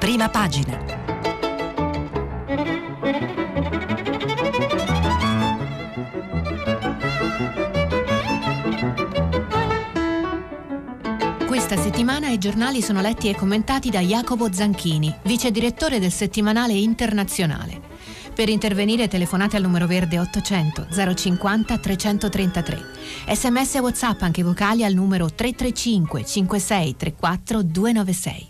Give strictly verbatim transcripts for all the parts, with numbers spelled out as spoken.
Prima pagina. Questa settimana i giornali sono letti e commentati da Jacopo Zanchini, vice direttore del settimanale Internazionale. Per intervenire telefonate al numero verde ottocento zero cinquanta trecentotrentatré. Sms e WhatsApp anche vocali al numero tre tre cinque cinque sei tre quattro due nove sei.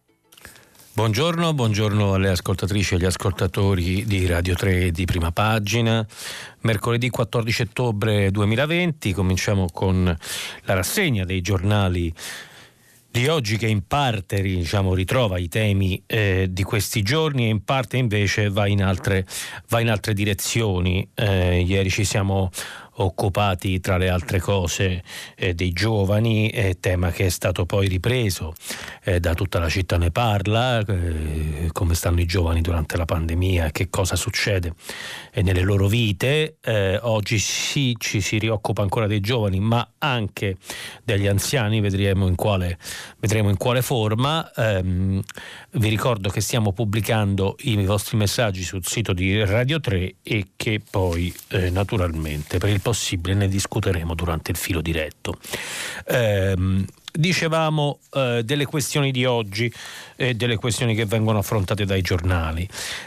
Buongiorno, buongiorno alle ascoltatrici e agli ascoltatori di Radio tre di Prima Pagina. Mercoledì quattordici ottobre duemilaventi, cominciamo con la rassegna dei giornali di oggi, che in parte diciamo, ritrova i temi eh, di questi giorni e in parte invece va in altre, va in altre direzioni. Eh, ieri ci siamo occupati, tra le altre cose, eh, dei giovani, eh, tema che è stato poi ripreso eh, da tutta la città ne parla, eh, come stanno i giovani durante la pandemia, che cosa succede eh, nelle loro vite. Eh, oggi sì, ci si rioccupa ancora dei giovani, ma anche degli anziani, vedremo in quale, vedremo in quale forma. Eh, vi ricordo che stiamo pubblicando i vostri messaggi sul sito di Radio tre e che poi eh, naturalmente per il possibile ne discuteremo durante il filo diretto. Eh, dicevamo eh, delle questioni di oggi e delle questioni che vengono affrontate dai giornali.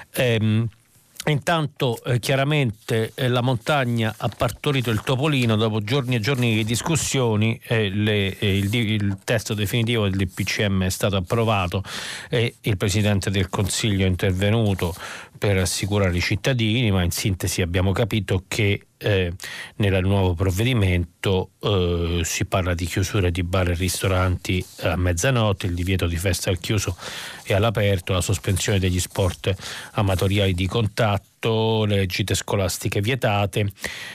Eh, Intanto eh, chiaramente eh, la montagna ha partorito il topolino dopo giorni e giorni di discussioni. eh, le, eh, il, il testo definitivo del D P C M è stato approvato e il Presidente del Consiglio è intervenuto per assicurare i cittadini, ma in sintesi abbiamo capito che eh, nel nuovo provvedimento eh, si parla di chiusura di bar e ristoranti a mezzanotte, il divieto di festa al chiuso e all'aperto, la sospensione degli sport amatoriali di contatto, le gite scolastiche vietate.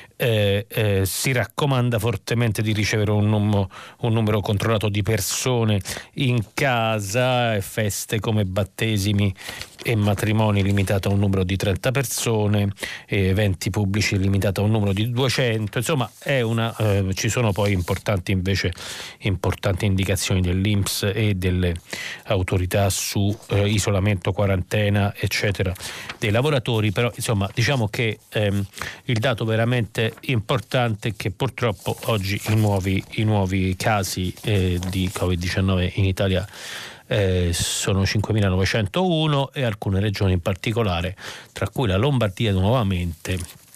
Eh, eh, si raccomanda fortemente di ricevere un, num- un numero controllato di persone in casa, e feste come battesimi e matrimoni limitato a un numero di trenta persone, e eventi pubblici limitato a un numero di duecento. Insomma, è una, eh, ci sono poi importanti invece importanti indicazioni dell'I N P S e delle autorità su eh, isolamento, quarantena, eccetera, dei lavoratori. Però insomma diciamo che ehm, il dato veramente importante è che purtroppo oggi i nuovi, i nuovi casi eh, di covid diciannove in Italia eh, sono cinquemilanovecentouno e alcune regioni in particolare, tra cui la Lombardia nuovamente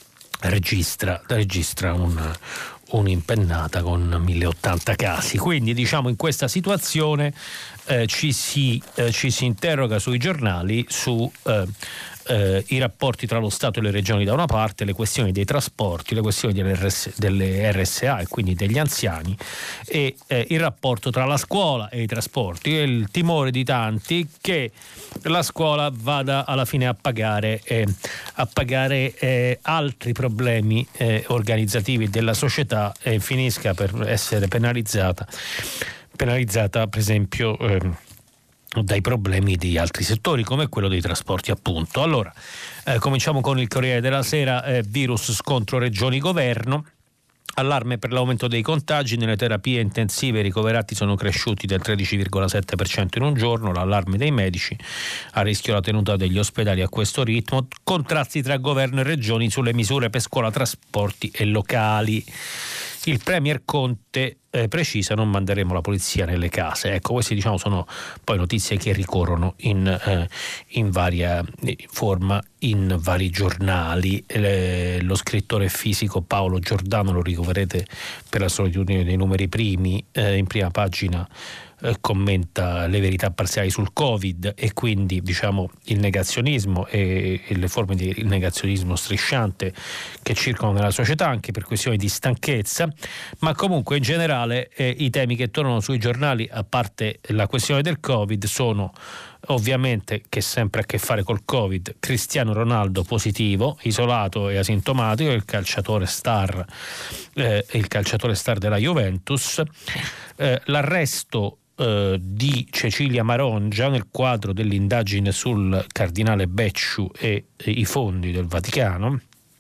registra, registra un, un'impennata con mille ottanta casi. Quindi diciamo in questa situazione eh, ci, si, eh, ci si interroga sui giornali su eh, Eh, i rapporti tra lo Stato e le regioni da una parte, le questioni dei trasporti, le questioni delle, R S, delle R S A e quindi degli anziani, e eh, il rapporto tra la scuola e i trasporti, e il timore di tanti che la scuola vada alla fine a pagare, eh, a pagare eh, altri problemi eh, organizzativi della società e finisca per essere penalizzata, penalizzata per esempio eh, dai problemi di altri settori come quello dei trasporti, appunto. Allora, eh, cominciamo con il Corriere della Sera. eh, virus, scontro regioni-governo. Allarme per l'aumento dei contagi, nelle terapie intensive i ricoverati sono cresciuti del tredici virgola sette per cento in un giorno, l'allarme dei medici, a rischio la tenuta degli ospedali a questo ritmo, contrasti tra governo e regioni sulle misure per scuola, trasporti e locali. Il Premier Conte eh, precisa: non manderemo la polizia nelle case. Ecco, queste diciamo sono poi notizie che ricorrono in, eh, in varia forma in vari giornali. Le, lo scrittore fisico Paolo Giordano, lo ricoverete per la solitudine dei numeri primi, eh, in prima pagina eh, commenta le verità parziali sul Covid e quindi diciamo il negazionismo e, e le forme di negazionismo strisciante che circolano nella società anche per questioni di stanchezza, ma comunque in generale eh, i temi che tornano sui giornali, a parte la questione del Covid, sono ovviamente, che sempre a che fare col Covid, Cristiano Ronaldo positivo, isolato e asintomatico, il calciatore star, eh, il calciatore star della Juventus, eh, l'arresto eh, di Cecilia Marongia nel quadro dell'indagine sul cardinale Becciu e, e i fondi del Vaticano.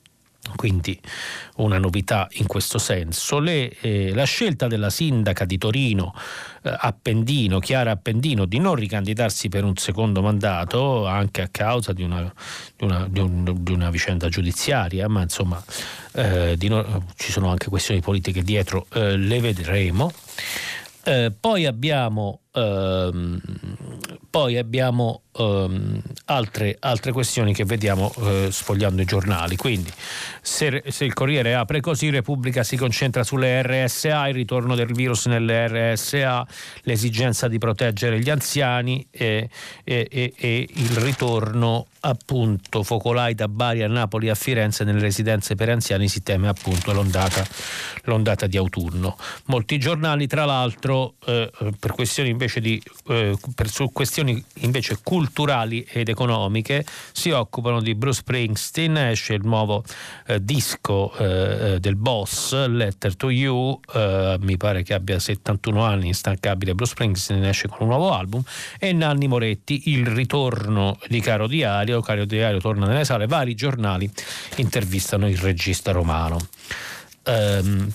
Quindi una novità in questo senso. Le, eh, la scelta della sindaca di Torino eh, Appendino, Chiara Appendino, di non ricandidarsi per un secondo mandato, anche a causa di una, di una, di un, di una vicenda giudiziaria, ma insomma eh, di no, ci sono anche questioni politiche dietro, eh, le vedremo. Eh, poi abbiamo ehm, poi abbiamo ehm, altre, altre questioni che vediamo eh, sfogliando i giornali. Quindi se, se il Corriere apre così: Repubblica si concentra sulle R S A, il ritorno del virus nelle R S A, l'esigenza di proteggere gli anziani e, e, e, e il ritorno, appunto, focolai da Bari a Napoli a Firenze nelle residenze per anziani, si teme appunto l'ondata, l'ondata di autunno. Molti giornali, tra l'altro, eh, per questioni invece di eh, per su questioni invece culturali ed economiche, si occupano di Bruce Springsteen. Esce il nuovo eh, disco eh, del boss, Letter to You, eh, mi pare che abbia settantuno anni, instancabile Bruce Springsteen, esce con un nuovo album. E Nanni Moretti, il ritorno di Caro Diario, Caro Diario torna nelle sale. Vari giornali intervistano il regista romano. Um,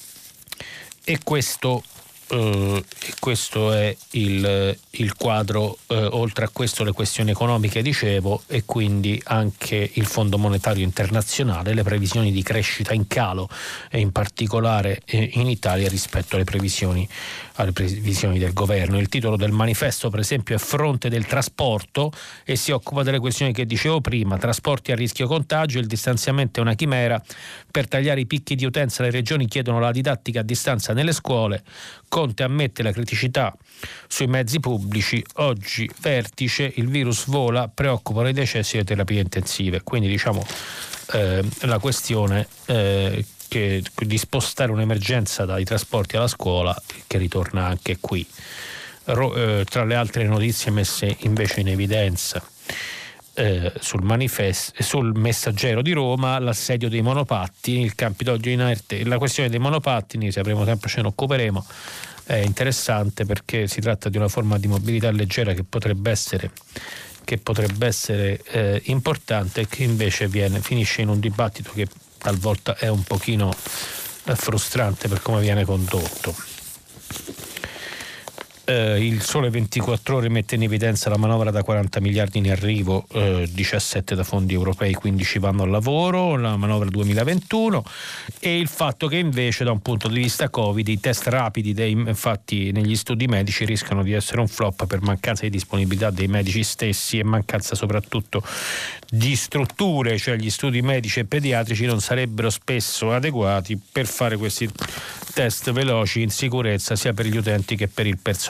e questo Uh, e questo è il, il quadro. Uh, oltre a questo le questioni economiche, dicevo, e quindi anche il Fondo Monetario Internazionale, le previsioni di crescita in calo, e in particolare eh, in Italia rispetto alle previsioni, alle previsioni del governo. Il titolo del manifesto, per esempio, è Fronte del trasporto, e si occupa delle questioni che dicevo prima: trasporti a rischio contagio, il distanziamento è una chimera, per tagliare i picchi di utenza le regioni chiedono la didattica a distanza nelle scuole, Conte ammette la criticità sui mezzi pubblici, oggi vertice, il virus vola, preoccupano i decessi e le terapie intensive. Quindi diciamo eh, la questione eh, che, di spostare un'emergenza dai trasporti alla scuola, che ritorna anche qui. Ro, eh, tra le altre notizie messe invece in evidenza Eh, sul manifesto, sul Messaggero di Roma, l'assedio dei monopattini, il Campidoglio inerte. La questione dei monopattini, se avremo tempo ce ne occuperemo, è interessante perché si tratta di una forma di mobilità leggera che potrebbe essere che potrebbe essere eh, importante, e che invece viene, finisce in un dibattito che talvolta è un pochino eh, frustrante per come viene condotto. Eh, il Sole ventiquattro Ore mette in evidenza la manovra da quaranta miliardi in arrivo, eh, diciassette da fondi europei, quindici vanno al lavoro, la manovra duemilaventuno, e il fatto che invece da un punto di vista Covid i test rapidi dei, fatti negli studi medici rischiano di essere un flop per mancanza di disponibilità dei medici stessi e mancanza soprattutto di strutture, cioè gli studi medici e pediatrici non sarebbero spesso adeguati per fare questi test veloci in sicurezza sia per gli utenti che per il personale.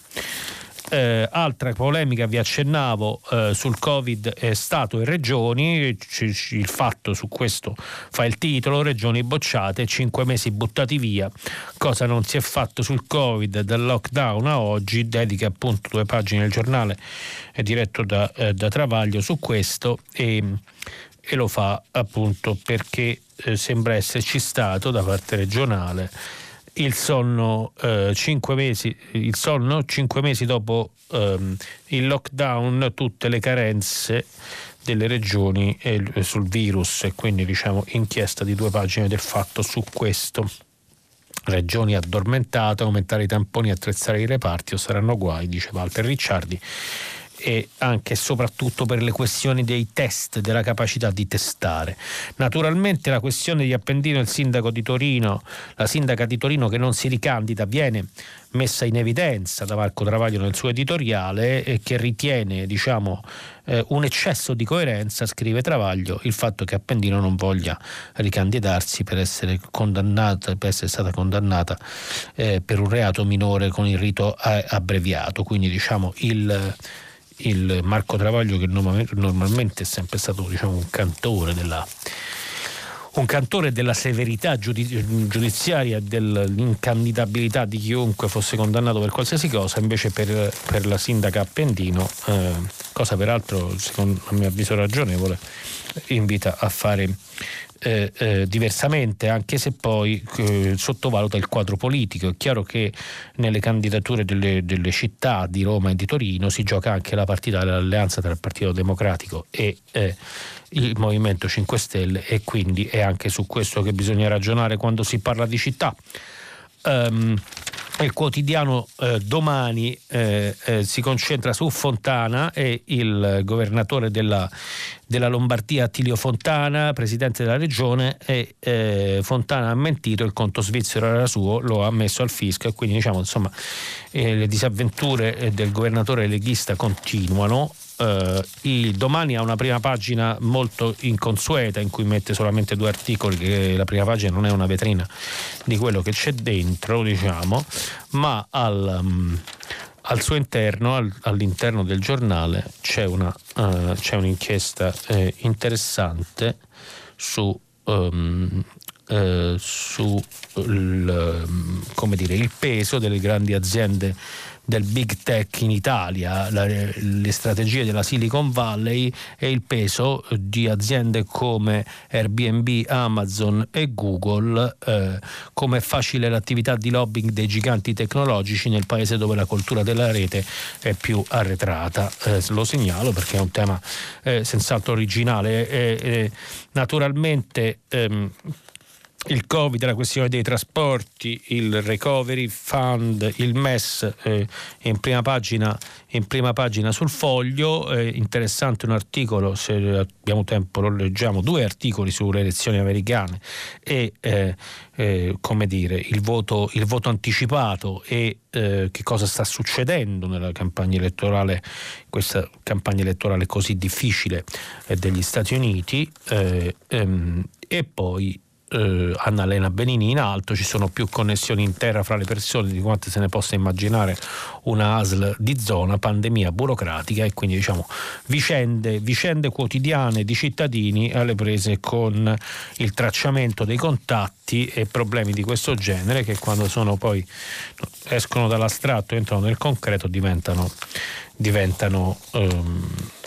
Eh, altra polemica, vi accennavo, eh, sul Covid è Stato e Regioni. C- c- il Fatto su questo fa il titolo: regioni bocciate, cinque mesi buttati via, cosa non si è fatto sul Covid dal lockdown a oggi. Dedica appunto due pagine del giornale, è diretto da, eh, da Travaglio su questo, e, e lo fa appunto perché eh, sembra esserci stato da parte regionale il sonno eh, cinque mesi il sonno cinque mesi dopo ehm, il lockdown, tutte le carenze delle regioni eh, sul virus, e quindi diciamo inchiesta di due pagine del Fatto su questo. Regioni addormentate, aumentare i tamponi, attrezzare i reparti o saranno guai, dice Walter Ricciardi. E anche e soprattutto per le questioni dei test, della capacità di testare. Naturalmente la questione di Appendino, il sindaco di Torino, la sindaca di Torino che non si ricandida, viene messa in evidenza da Marco Travaglio nel suo editoriale, e che ritiene, diciamo, eh, un eccesso di coerenza, scrive Travaglio, il fatto che Appendino non voglia ricandidarsi per essere condannata, per essere stata condannata eh, per un reato minore con il rito abbreviato. Quindi diciamo il il Marco Travaglio, che normalmente è sempre stato, diciamo, un cantore della un cantore della severità giudiziaria, dell'incandidabilità di chiunque fosse condannato per qualsiasi cosa, invece per, per la sindaca Appendino eh, cosa peraltro secondo a mio avviso ragionevole, invita a fare Eh, eh, diversamente, anche se poi eh, sottovaluta il quadro politico. È chiaro che nelle candidature delle, delle città di Roma e di Torino si gioca anche la partita dell'alleanza tra il Partito Democratico e eh, il Movimento cinque Stelle, e quindi è anche su questo che bisogna ragionare quando si parla di città. Um, il quotidiano eh, Domani eh, eh, si concentra su Fontana e il governatore della, della Lombardia Attilio Fontana, presidente della regione, e eh, Fontana ha mentito, il conto svizzero era suo, lo ha messo al fisco, e quindi diciamo insomma eh, le disavventure del governatore leghista continuano. Uh, il Domani ha una prima pagina molto inconsueta in cui mette solamente due articoli, che la prima pagina non è una vetrina di quello che c'è dentro, diciamo, ma al, um, al suo interno, al, all'interno del giornale c'è una uh, c'è un'inchiesta eh, interessante su um, uh, su il, come dire, il peso delle grandi aziende del big tech in Italia, la, le strategie della Silicon Valley e il peso di aziende come Airbnb, Amazon e Google, eh, come è facile l'attività di lobbying dei giganti tecnologici nel paese dove la cultura della rete è più arretrata. Eh, lo segnalo perché è un tema eh, senz'altro originale. Eh, eh, naturalmente ehm, il Covid, la questione dei trasporti, il Recovery Fund, il M E S eh, in prima pagina in prima pagina sul Foglio. Eh, interessante un articolo, se abbiamo tempo lo leggiamo, due articoli sulle elezioni americane e eh, eh, come dire il voto, il voto anticipato e eh, che cosa sta succedendo nella campagna elettorale, questa campagna elettorale così difficile eh, degli Stati Uniti, eh, ehm, e poi Uh, Annalena Benini in alto. Ci sono più connessioni in terra fra le persone di quante se ne possa immaginare una A S L di zona, pandemia burocratica, e quindi diciamo vicende, vicende quotidiane di cittadini alle prese con il tracciamento dei contatti e problemi di questo genere, che quando sono poi escono dall'astratto e entrano nel concreto diventano diventano um,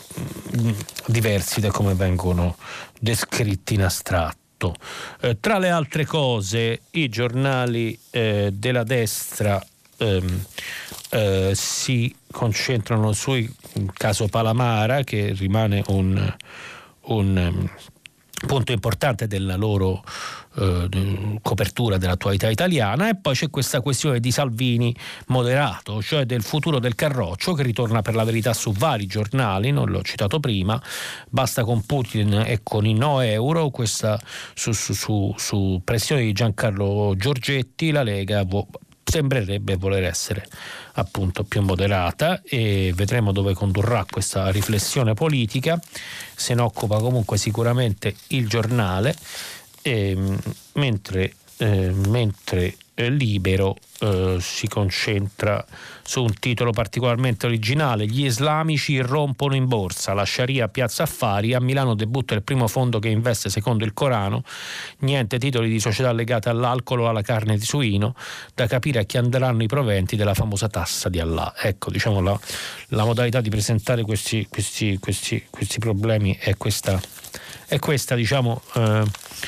diversi da come vengono descritti in astratto. Eh, tra le altre cose, i giornali eh, della destra ehm, eh, si concentrano sul caso Palamara, che rimane un, un um, punto importante della loro eh, copertura dell'attualità italiana. E poi c'è questa questione di Salvini moderato, cioè del futuro del Carroccio, che ritorna per la verità su vari giornali, non l'ho citato prima. Basta con Putin e con i no euro, questa su, su, su, su pressione di Giancarlo Giorgetti la Lega vo- sembrerebbe voler essere appunto più moderata, e vedremo dove condurrà questa riflessione politica. Se ne occupa comunque sicuramente il giornale, e, mentre, eh, mentre Libero eh, si concentra su un titolo particolarmente originale: gli islamici irrompono in borsa, la Sharia piazza affari, a Milano debutta il primo fondo che investe secondo il Corano, niente titoli di società legate all'alcol o alla carne di suino, da capire a chi andranno i proventi della famosa tassa di Allah. Ecco, diciamo la, la modalità di presentare questi, questi, questi, questi problemi è questa, è questa diciamo eh,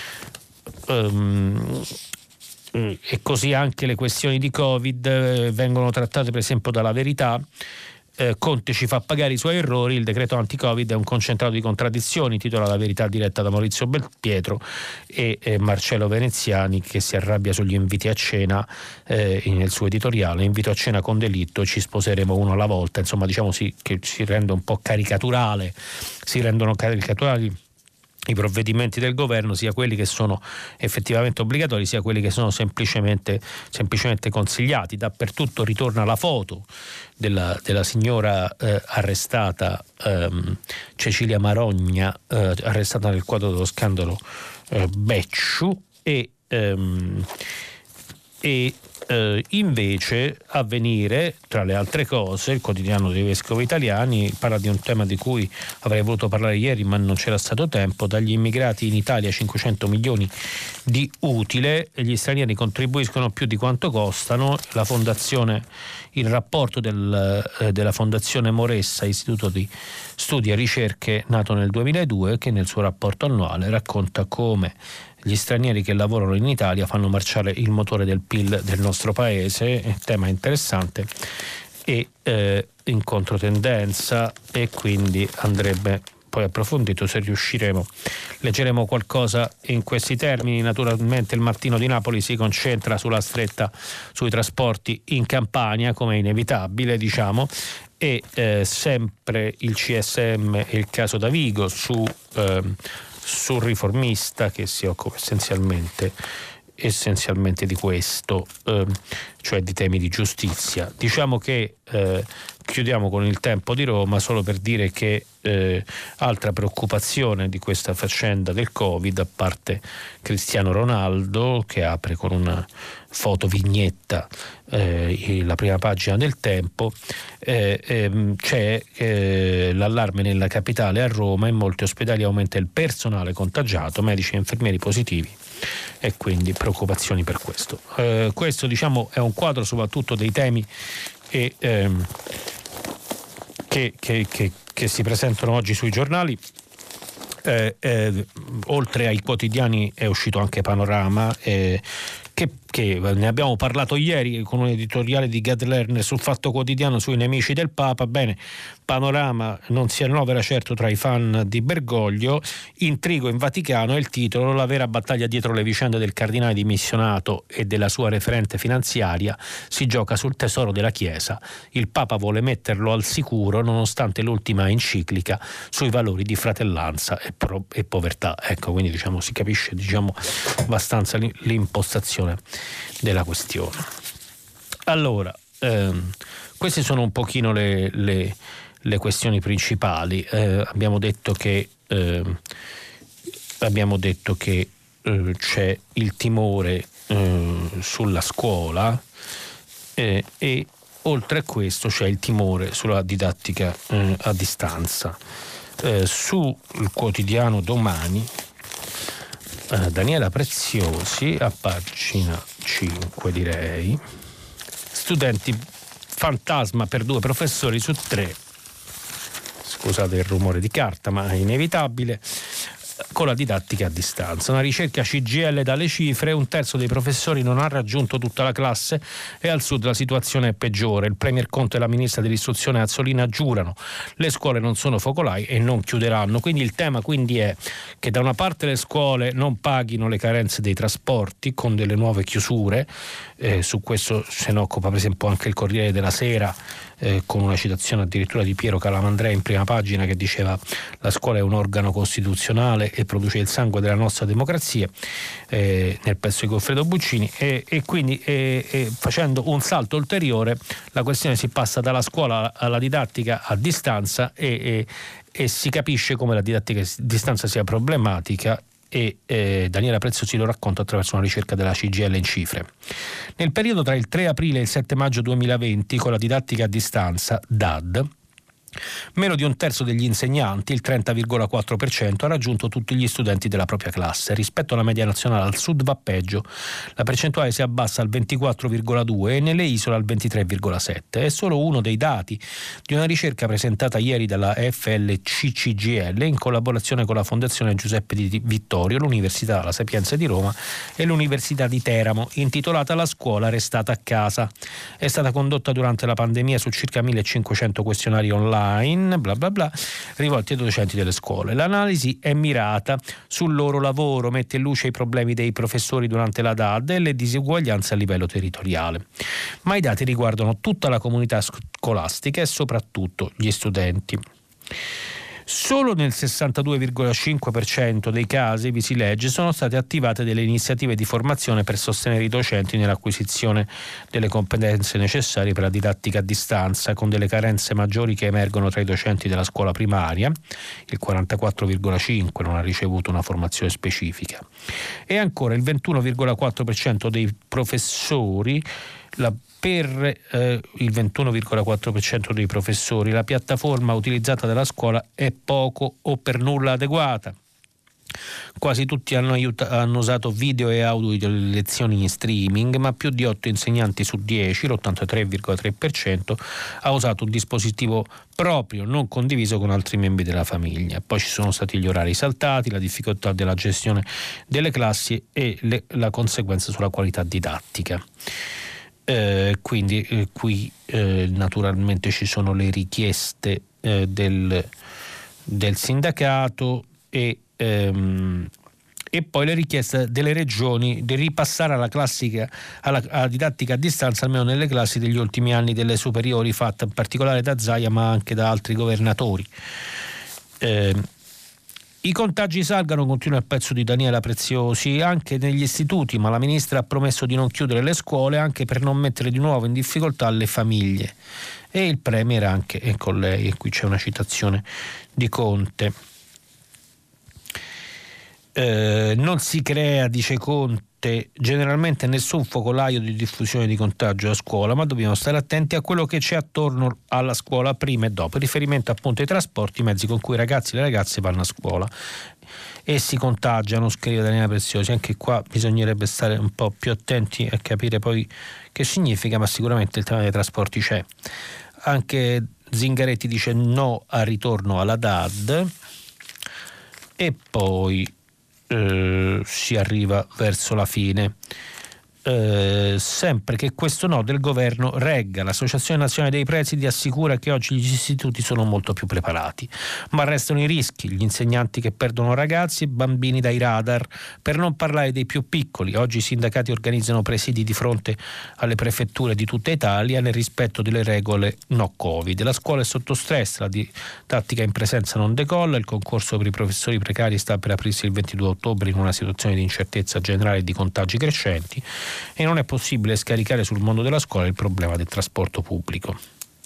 um, e così anche le questioni di Covid eh, vengono trattate per esempio dalla Verità. Eh, Conte ci fa pagare i suoi errori, il decreto anti-Covid è un concentrato di contraddizioni, titola la Verità diretta da Maurizio Belpietro, e eh, Marcello Veneziani che si arrabbia sugli inviti a cena eh, nel suo editoriale: invito a cena con delitto, ci sposeremo uno alla volta. Insomma, diciamo sì, che si rende un po' caricaturale, si rendono caricaturali i provvedimenti del governo, sia quelli che sono effettivamente obbligatori, sia quelli che sono semplicemente, semplicemente consigliati. Dappertutto ritorna la foto della, della signora eh, arrestata, ehm, Cecilia Marogna, eh, arrestata nel quadro dello scandalo eh, Becciu, e, ehm, e eh, invece Avvenire, tra le altre cose, il quotidiano dei vescovi italiani, parla di un tema di cui avrei voluto parlare ieri ma non c'era stato tempo. Dagli immigrati in Italia cinquecento milioni di utile, gli stranieri contribuiscono più di quanto costano. La fondazione, il rapporto del, eh, della Fondazione Moressa, Istituto di Studi e Ricerche nato nel duemiladue, che nel suo rapporto annuale racconta come gli stranieri che lavorano in Italia fanno marciare il motore del P I L del nostro paese. È un tema interessante e eh, in controtendenza, e quindi andrebbe poi approfondito. Se riusciremo leggeremo qualcosa in questi termini. Naturalmente il Mattino di Napoli si concentra sulla stretta sui trasporti in Campania, come è inevitabile, diciamo, e eh, sempre il C S M e il caso Davigo su eh, sul Riformista, che si occupa essenzialmente essenzialmente di questo, eh, cioè di temi di giustizia. Diciamo che eh, chiudiamo con il Tempo di Roma solo per dire che eh, altra preoccupazione di questa faccenda del Covid, a parte Cristiano Ronaldo che apre con una foto vignetta eh, la prima pagina del Tempo, eh, ehm, c'è eh, l'allarme nella capitale. A Roma in molti ospedali aumenta il personale contagiato, medici e infermieri positivi, e quindi preoccupazioni per questo. Eh, questo, diciamo, è un quadro soprattutto dei temi e, ehm, che, che, che, che si presentano oggi sui giornali. Eh, eh, oltre ai quotidiani è uscito anche Panorama, eh, che, che ne abbiamo parlato ieri con un editoriale di Gad Lerner sul Fatto Quotidiano sui nemici del Papa. Bene, Panorama non si annovera certo tra i fan di Bergoglio. Intrigo in Vaticano è il titolo. La vera battaglia dietro le vicende del cardinale dimissionato e della sua referente finanziaria si gioca sul tesoro della Chiesa. Il Papa vuole metterlo al sicuro nonostante l'ultima enciclica sui valori di fratellanza e, pro- e povertà. Ecco, quindi diciamo si capisce diciamo abbastanza l'impostazione della questione. Allora, ehm, queste sono un pochino le, le, le questioni principali. Eh, abbiamo detto che eh, abbiamo detto che eh, c'è il timore eh, sulla scuola eh, e oltre a questo c'è il timore sulla didattica eh, a distanza. Eh, sul quotidiano Domani, eh, Daniela Preziosi, a pagina cinque direi, studenti fantasma per due professori su tre, scusate il rumore di carta ma è inevitabile, con la didattica a distanza. Una ricerca C G I L dalle cifre: un terzo dei professori non ha raggiunto tutta la classe e al sud la situazione è peggiore. Il Premier Conte e la Ministra dell'Istruzione Azzolina giurano: le scuole non sono focolai e non chiuderanno. Quindi il tema quindi è che da una parte le scuole non paghino le carenze dei trasporti con delle nuove chiusure, eh, su questo se ne occupa per esempio anche il Corriere della Sera, eh, con una citazione addirittura di Piero Calamandrei in prima pagina che diceva: la scuola è un organo costituzionale e produce il sangue della nostra democrazia, eh, nel pezzo di Goffredo Buccini, e, e quindi eh, eh, facendo un salto ulteriore la questione si passa dalla scuola alla didattica a distanza e, e, e si capisce come la didattica a distanza sia problematica, e eh, Daniela Preziosi lo racconta attraverso una ricerca della C G I L in cifre. Nel periodo tra il tre aprile e il sette maggio duemilaventi, con la didattica a distanza D A D, meno di un terzo degli insegnanti, il trenta virgola quattro per cento, ha raggiunto tutti gli studenti della propria classe. Rispetto alla media nazionale al sud va peggio, la percentuale si abbassa al ventiquattro virgola due e nelle isole al ventitré virgola sette. È solo uno dei dati di una ricerca presentata ieri dalla F L C C G L in collaborazione con la Fondazione Giuseppe Di Vittorio, l'Università La Sapienza di Roma e l'Università di Teramo, intitolata La scuola restata a casa. È stata condotta durante la pandemia su circa millecinquecento questionari online, bla bla bla, rivolti ai docenti delle scuole. L'analisi è mirata sul loro lavoro, mette in luce i problemi dei professori durante la D A D e le disuguaglianze a livello territoriale. Ma i dati riguardano tutta la comunità scolastica e soprattutto gli studenti. Solo nel sessantadue virgola cinque per cento dei casi, vi si legge, sono state attivate delle iniziative di formazione per sostenere i docenti nell'acquisizione delle competenze necessarie per la didattica a distanza, con delle carenze maggiori che emergono tra i docenti della scuola primaria. Il quarantaquattro virgola cinque per cento non ha ricevuto una formazione specifica. E ancora il ventuno virgola quattro per cento dei professori la Per eh, il ventuno virgola quattro per cento dei professori la piattaforma utilizzata dalla scuola è poco o per nulla adeguata. Quasi tutti hanno, aiuta- hanno usato video e audio delle lezioni in streaming, ma più di otto insegnanti su dieci, l'ottantatré virgola tre per cento, ha usato un dispositivo proprio, non condiviso con altri membri della famiglia. Poi ci sono stati gli orari saltati, la difficoltà della gestione delle classi e le- la conseguenza sulla qualità didattica. Eh, quindi eh, qui eh, naturalmente ci sono le richieste eh, del, del sindacato e, ehm, e poi le richieste delle regioni di ripassare alla classica alla, alla didattica a distanza almeno nelle classi degli ultimi anni delle superiori, fatta in particolare da Zaia ma anche da altri governatori. Eh, I contagi salgano, continua il pezzo di Daniela Preziosi, anche negli istituti, ma la ministra ha promesso di non chiudere le scuole anche per non mettere di nuovo in difficoltà le famiglie. E il premier anche è con lei, e qui c'è una citazione di Conte. Eh, non si crea, dice Conte, generalmente nessun focolaio di diffusione di contagio a scuola, ma dobbiamo stare attenti a quello che c'è attorno alla scuola prima e dopo, in riferimento appunto ai trasporti, i mezzi con cui i ragazzi e le ragazze vanno a scuola e si contagiano, scrive Daniela Preziosi. Anche qua bisognerebbe stare un po' più attenti a capire poi che significa, ma sicuramente il tema dei trasporti c'è. Anche Zingaretti dice no al ritorno alla D A D e poi Eh, si arriva verso la fine. Eh, sempre che questo no del governo regga. L'Associazione Nazionale dei Presidi assicura che oggi gli istituti sono molto più preparati, ma restano i rischi, gli insegnanti che perdono ragazzi e bambini dai radar, per non parlare dei più piccoli. Oggi i sindacati organizzano presidi di fronte alle prefetture di tutta Italia nel rispetto delle regole no Covid. La scuola è sotto stress, la didattica in presenza non decolla, il concorso per i professori precari sta per aprirsi il ventidue ottobre in una situazione di incertezza generale e di contagi crescenti, e non è possibile scaricare sul mondo della scuola il problema del trasporto pubblico.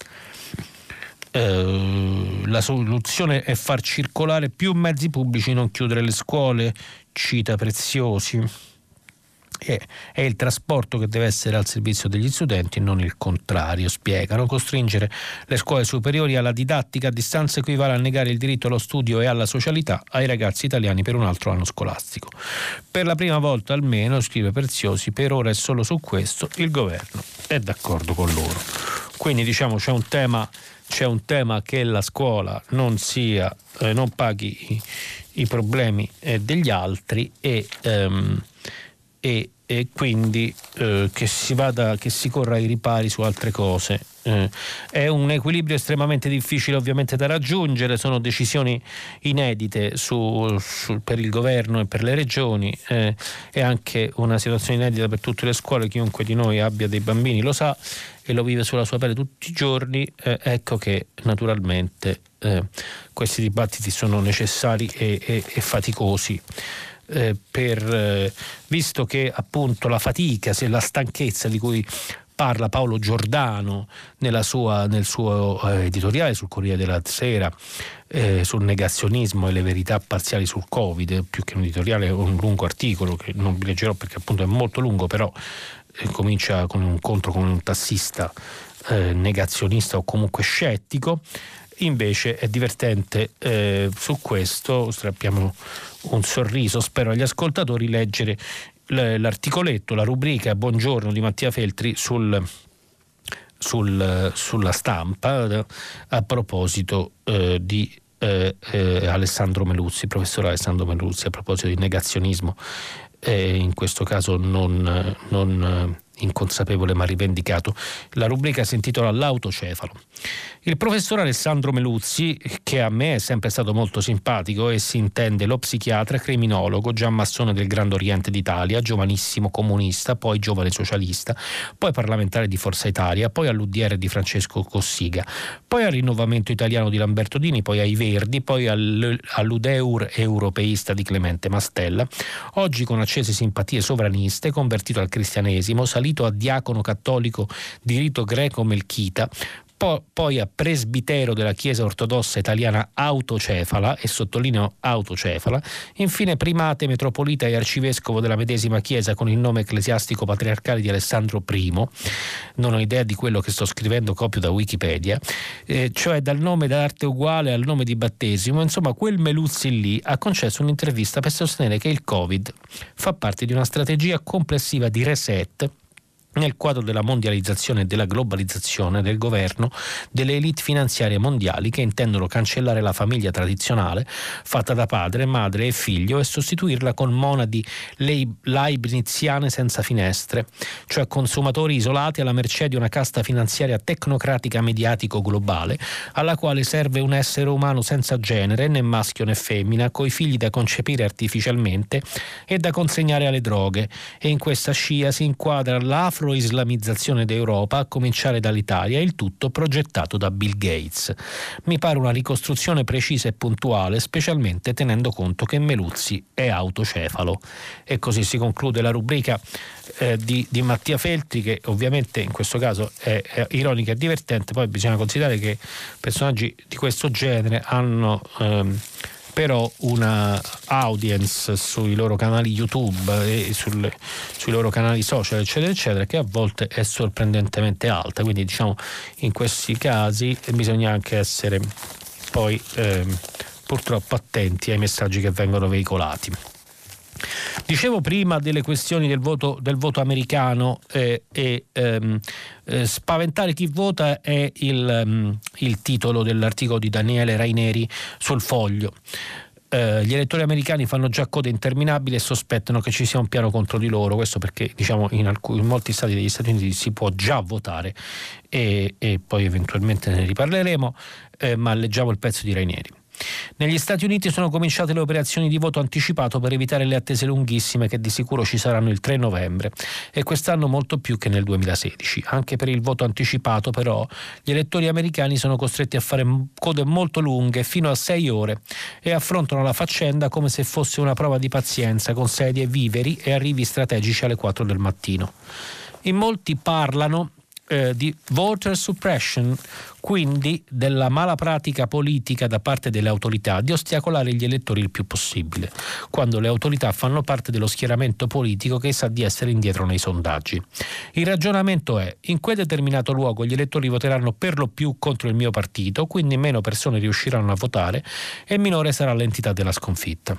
Eh, la soluzione è far circolare più mezzi pubblici, non chiudere le scuole, cita Preziosi. E è il trasporto che deve essere al servizio degli studenti, non il contrario, spiegano. Costringere le scuole superiori alla didattica a distanza equivale a negare il diritto allo studio e alla socialità ai ragazzi italiani per un altro anno scolastico. Per la prima volta almeno, scrive Preziosi, per ora e solo su questo il governo è d'accordo con loro. Quindi diciamo c'è un tema c'è un tema che la scuola non sia eh, non paghi i, i problemi eh, degli altri e ehm, E, e quindi eh, che si vada, che si corra ai ripari su altre cose. Eh, è un equilibrio estremamente difficile ovviamente da raggiungere, sono decisioni inedite su, su, per il governo e per le regioni, eh, è anche una situazione inedita per tutte le scuole. Chiunque di noi abbia dei bambini lo sa e lo vive sulla sua pelle tutti i giorni. Eh, ecco che naturalmente eh, questi dibattiti sono necessari e, e, e faticosi. Eh, per, eh, visto che appunto la fatica, se la stanchezza di cui parla Paolo Giordano nella sua, nel suo eh, editoriale sul Corriere della Sera eh, sul negazionismo e le verità parziali sul Covid, più che un editoriale è un lungo articolo che non vi leggerò perché appunto è molto lungo, però eh, comincia con un incontro con un tassista eh, negazionista o comunque scettico. Invece è divertente eh, su questo, strappiamo un sorriso, spero agli ascoltatori, leggere l'articoletto, la rubrica Buongiorno di Mattia Feltri sul, sul, sulla Stampa a proposito eh, di eh, eh, Alessandro Meluzzi, professor Alessandro Meluzzi, a proposito di negazionismo, eh, in questo caso non, non inconsapevole ma rivendicato. La rubrica si intitola L'autocefalo. Il professor Alessandro Meluzzi, che a me è sempre stato molto simpatico e si intende lo psichiatra criminologo, già massone del Grande Oriente d'Italia, giovanissimo comunista, poi giovane socialista, poi parlamentare di Forza Italia, poi all'U D R di Francesco Cossiga, poi al Rinnovamento Italiano di Lamberto Dini, poi ai Verdi, poi all'U D E U R europeista di Clemente Mastella, oggi con accese simpatie sovraniste, convertito al cristianesimo, salito a diacono cattolico di rito greco melchita, poi a presbitero della Chiesa ortodossa italiana autocefala, e sottolineo autocefala, infine primate, metropolita e arcivescovo della medesima Chiesa con il nome ecclesiastico patriarcale di Alessandro primo, non ho idea di quello che sto scrivendo, copio da Wikipedia, eh, cioè dal nome d'arte uguale al nome di battesimo. Insomma, quel Meluzzi lì ha concesso un'intervista per sostenere che il Covid fa parte di una strategia complessiva di reset nel quadro della mondializzazione e della globalizzazione del governo delle elite finanziarie mondiali che intendono cancellare la famiglia tradizionale fatta da padre, madre e figlio e sostituirla con monadi leibniziane senza finestre, cioè consumatori isolati alla mercé di una casta finanziaria tecnocratica mediatico globale alla quale serve un essere umano senza genere, né maschio né femmina, coi figli da concepire artificialmente e da consegnare alle droghe, e in questa scia si inquadra l'afro islamizzazione d'Europa, a cominciare dall'Italia, il tutto progettato da Bill Gates. Mi pare una ricostruzione precisa e puntuale, specialmente tenendo conto che Meluzzi è autocefalo. E così si conclude la rubrica eh, di, di Mattia Feltri, che ovviamente in questo caso è, è ironica e divertente. Poi bisogna considerare che personaggi di questo genere hanno ehm, però una audience sui loro canali YouTube e sulle, sui loro canali social eccetera eccetera che a volte è sorprendentemente alta, quindi diciamo in questi casi bisogna anche essere poi eh, purtroppo attenti ai messaggi che vengono veicolati. Dicevo prima delle questioni del voto, del voto americano eh, e ehm, eh, spaventare chi vota è il, um, il titolo dell'articolo di Daniele Raineri sul Foglio. Eh, gli elettori americani fanno già code interminabili e sospettano che ci sia un piano contro di loro, questo perché diciamo in, alcuni, in molti stati degli Stati Uniti si può già votare e, e poi eventualmente ne riparleremo, eh, ma leggiamo il pezzo di Raineri. Negli Stati Uniti sono cominciate le operazioni di voto anticipato per evitare le attese lunghissime che di sicuro ci saranno il tre novembre e quest'anno molto più che nel duemilasedici. Anche per il voto anticipato però gli elettori americani sono costretti a fare code molto lunghe, fino a sei ore, e affrontano la faccenda come se fosse una prova di pazienza, con sedie, viveri e arrivi strategici alle quattro del mattino. In molti parlano Eh, di voter suppression, quindi della mala pratica politica da parte delle autorità di ostacolare gli elettori il più possibile, quando le autorità fanno parte dello schieramento politico che sa di essere indietro nei sondaggi. Il ragionamento è: in quel determinato luogo gli elettori voteranno per lo più contro il mio partito, quindi meno persone riusciranno a votare e minore sarà l'entità della sconfitta.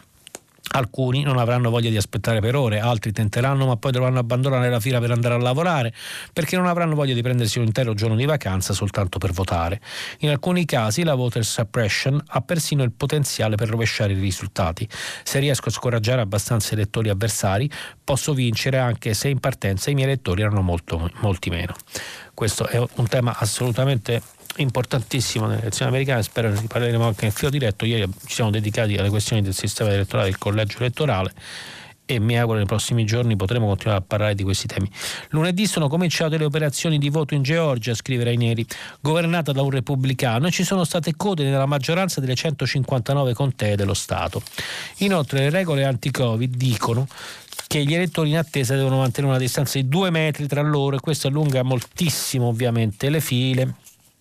Alcuni non avranno voglia di aspettare per ore, altri tenteranno ma poi dovranno abbandonare la fila per andare a lavorare perché non avranno voglia di prendersi un intero giorno di vacanza soltanto per votare. In alcuni casi la voter suppression ha persino il potenziale per rovesciare i risultati. Se riesco a scoraggiare abbastanza elettori avversari posso vincere, anche se in partenza i miei elettori erano molto, molti meno. Questo è un tema assolutamente importantissimo nelle elezioni americane, spero ne riparleremo anche nel filo diretto. Ieri ci siamo dedicati alle questioni del sistema elettorale, del collegio elettorale, e mi auguro nei prossimi giorni potremo continuare a parlare di questi temi. Lunedì sono cominciate le operazioni di voto in Georgia, scrive Raineri, governata da un repubblicano, e ci sono state code nella maggioranza delle centocinquantanove contee dello Stato. Inoltre le regole anti-Covid dicono che gli elettori in attesa devono mantenere una distanza di due metri tra loro, e questo allunga moltissimo ovviamente le file,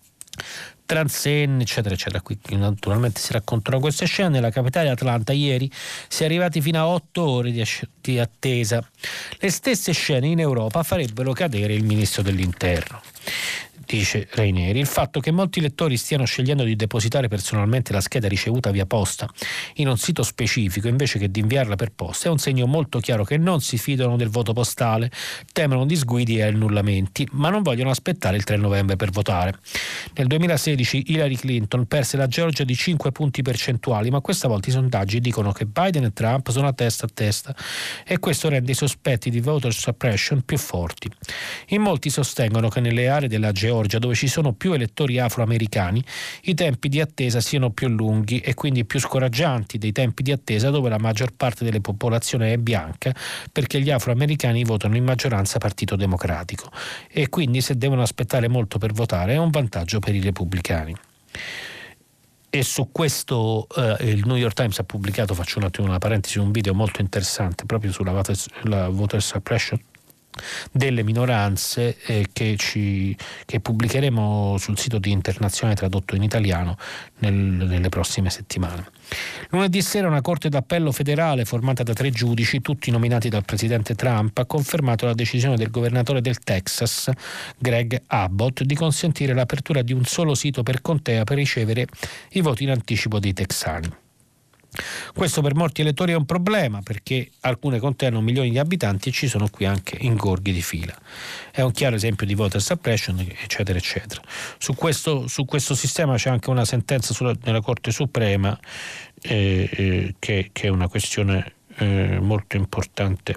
transenni eccetera eccetera. Qui naturalmente si raccontano queste scene. Nella capitale Atlanta ieri si è arrivati fino a otto ore di, asc- di attesa. Le stesse scene in Europa farebbero cadere il ministro dell'interno. dice Raineri. Il fatto che molti lettori stiano scegliendo di depositare personalmente la scheda ricevuta via posta in un sito specifico invece che di inviarla per posta è un segno molto chiaro che non si fidano del voto postale, temono disguidi e annullamenti, ma non vogliono aspettare il tre novembre per votare. Nel duemilasedici Hillary Clinton perse la Georgia di cinque punti percentuali, ma questa volta i sondaggi dicono che Biden e Trump sono a testa a testa e questo rende i sospetti di voter suppression più forti. In molti sostengono che nelle aree della Georgia, dove ci sono più elettori afroamericani, i tempi di attesa siano più lunghi e quindi più scoraggianti dei tempi di attesa dove la maggior parte della popolazione è bianca, perché gli afroamericani votano in maggioranza Partito Democratico e quindi se devono aspettare molto per votare è un vantaggio per i repubblicani. E su questo eh, il New York Times ha pubblicato, faccio un attimo una parentesi, un video molto interessante proprio sulla voter, la voter suppression delle minoranze eh, che, ci, che pubblicheremo sul sito di Internazionale tradotto in italiano nel, nelle prossime settimane. Lunedì sera una corte d'appello federale formata da tre giudici, tutti nominati dal presidente Trump, ha confermato la decisione del governatore del Texas, Greg Abbott, di consentire l'apertura di un solo sito per contea per ricevere i voti in anticipo dei texani. Questo per molti elettori è un problema perché alcune contee hanno milioni di abitanti e ci sono qui anche ingorghi di fila. È un chiaro esempio di voter suppression, eccetera eccetera. Su questo, su questo sistema c'è anche una sentenza sulla, nella Corte Suprema eh, eh, che, che è una questione eh, molto importante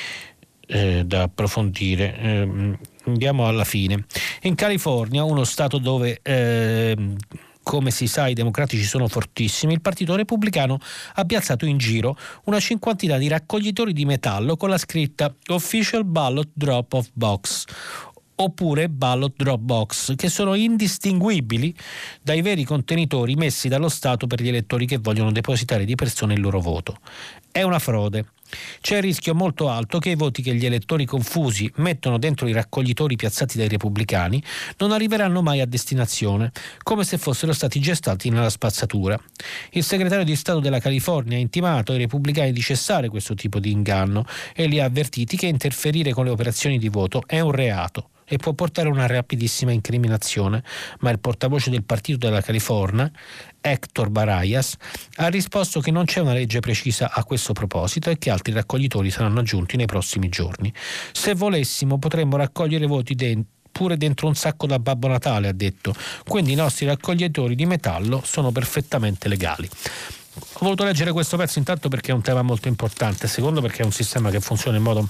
eh, da approfondire. Eh, andiamo alla fine. In California, uno stato dove eh, come si sa i democratici sono fortissimi, il partito repubblicano ha piazzato in giro una cinquantina di raccoglitori di metallo con la scritta Official Ballot Drop-Off Box oppure Ballot Drop Box, che sono indistinguibili dai veri contenitori messi dallo Stato per gli elettori che vogliono depositare di persona il loro voto. È una frode. C'è il rischio molto alto che i voti che gli elettori confusi mettono dentro i raccoglitori piazzati dai repubblicani non arriveranno mai a destinazione, come se fossero stati gestati nella spazzatura. Il segretario di Stato della California ha intimato ai repubblicani di cessare questo tipo di inganno e li ha avvertiti che interferire con le operazioni di voto è un reato e può portare a una rapidissima incriminazione, ma il portavoce del partito della California, Héctor Barayas, ha risposto che non c'è una legge precisa a questo proposito e che altri raccoglitori saranno aggiunti nei prossimi giorni. Se volessimo potremmo raccogliere voti dentro pure dentro un sacco da Babbo Natale, ha detto, quindi i nostri raccoglitori di metallo sono perfettamente legali. Ho voluto leggere questo pezzo intanto perché è un tema molto importante, secondo perché è un sistema che funziona in modo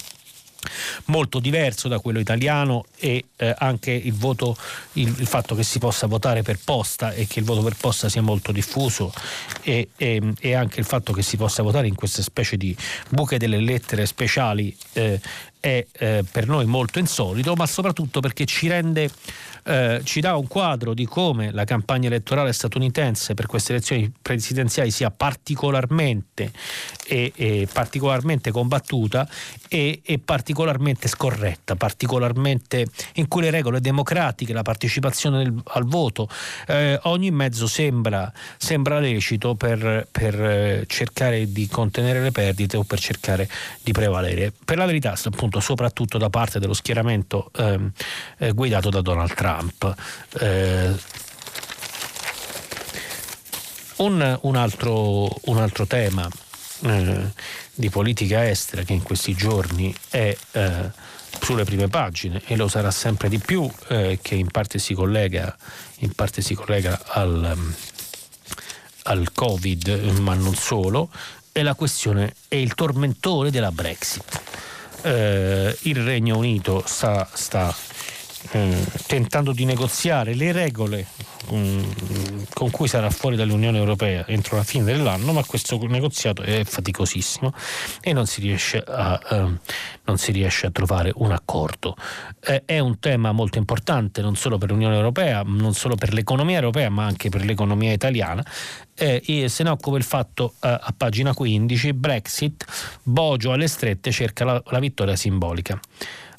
molto diverso da quello italiano e eh, anche il voto, il, il fatto che si possa votare per posta e che il voto per posta sia molto diffuso e, e, e anche il fatto che si possa votare in queste specie di buche delle lettere speciali eh, è eh, per noi molto insolito, ma soprattutto perché ci rende eh, ci dà un quadro di come la campagna elettorale statunitense per queste elezioni presidenziali sia particolarmente e, e particolarmente combattuta e, e particolarmente scorretta, particolarmente in cui le regole democratiche, la partecipazione del, al voto, eh, ogni mezzo sembra, sembra lecito per, per cercare di contenere le perdite o per cercare di prevalere. Per la verità, appunto, soprattutto da parte dello schieramento eh, eh, guidato da Donald Trump. Eh, un, un, altro, un altro tema eh, di politica estera che in questi giorni è eh, sulle prime pagine e lo sarà sempre di più, eh, che in parte si collega, in parte si collega al, al Covid, ma non solo, è la questione, è il tormentone della Brexit. Eh, il Regno Unito sta, sta eh, tentando di negoziare le regole um, con cui sarà fuori dall'Unione Europea entro la fine dell'anno, ma questo negoziato è faticosissimo e non si riesce a, eh, non si riesce a trovare un accordo. Eh, è un tema molto importante non solo per l'Unione Europea, non solo per l'economia europea, ma anche per l'economia italiana. Eh, se ne occupa il Fatto eh, a pagina quindici. Brexit, Bojo alle strette cerca la, la vittoria simbolica.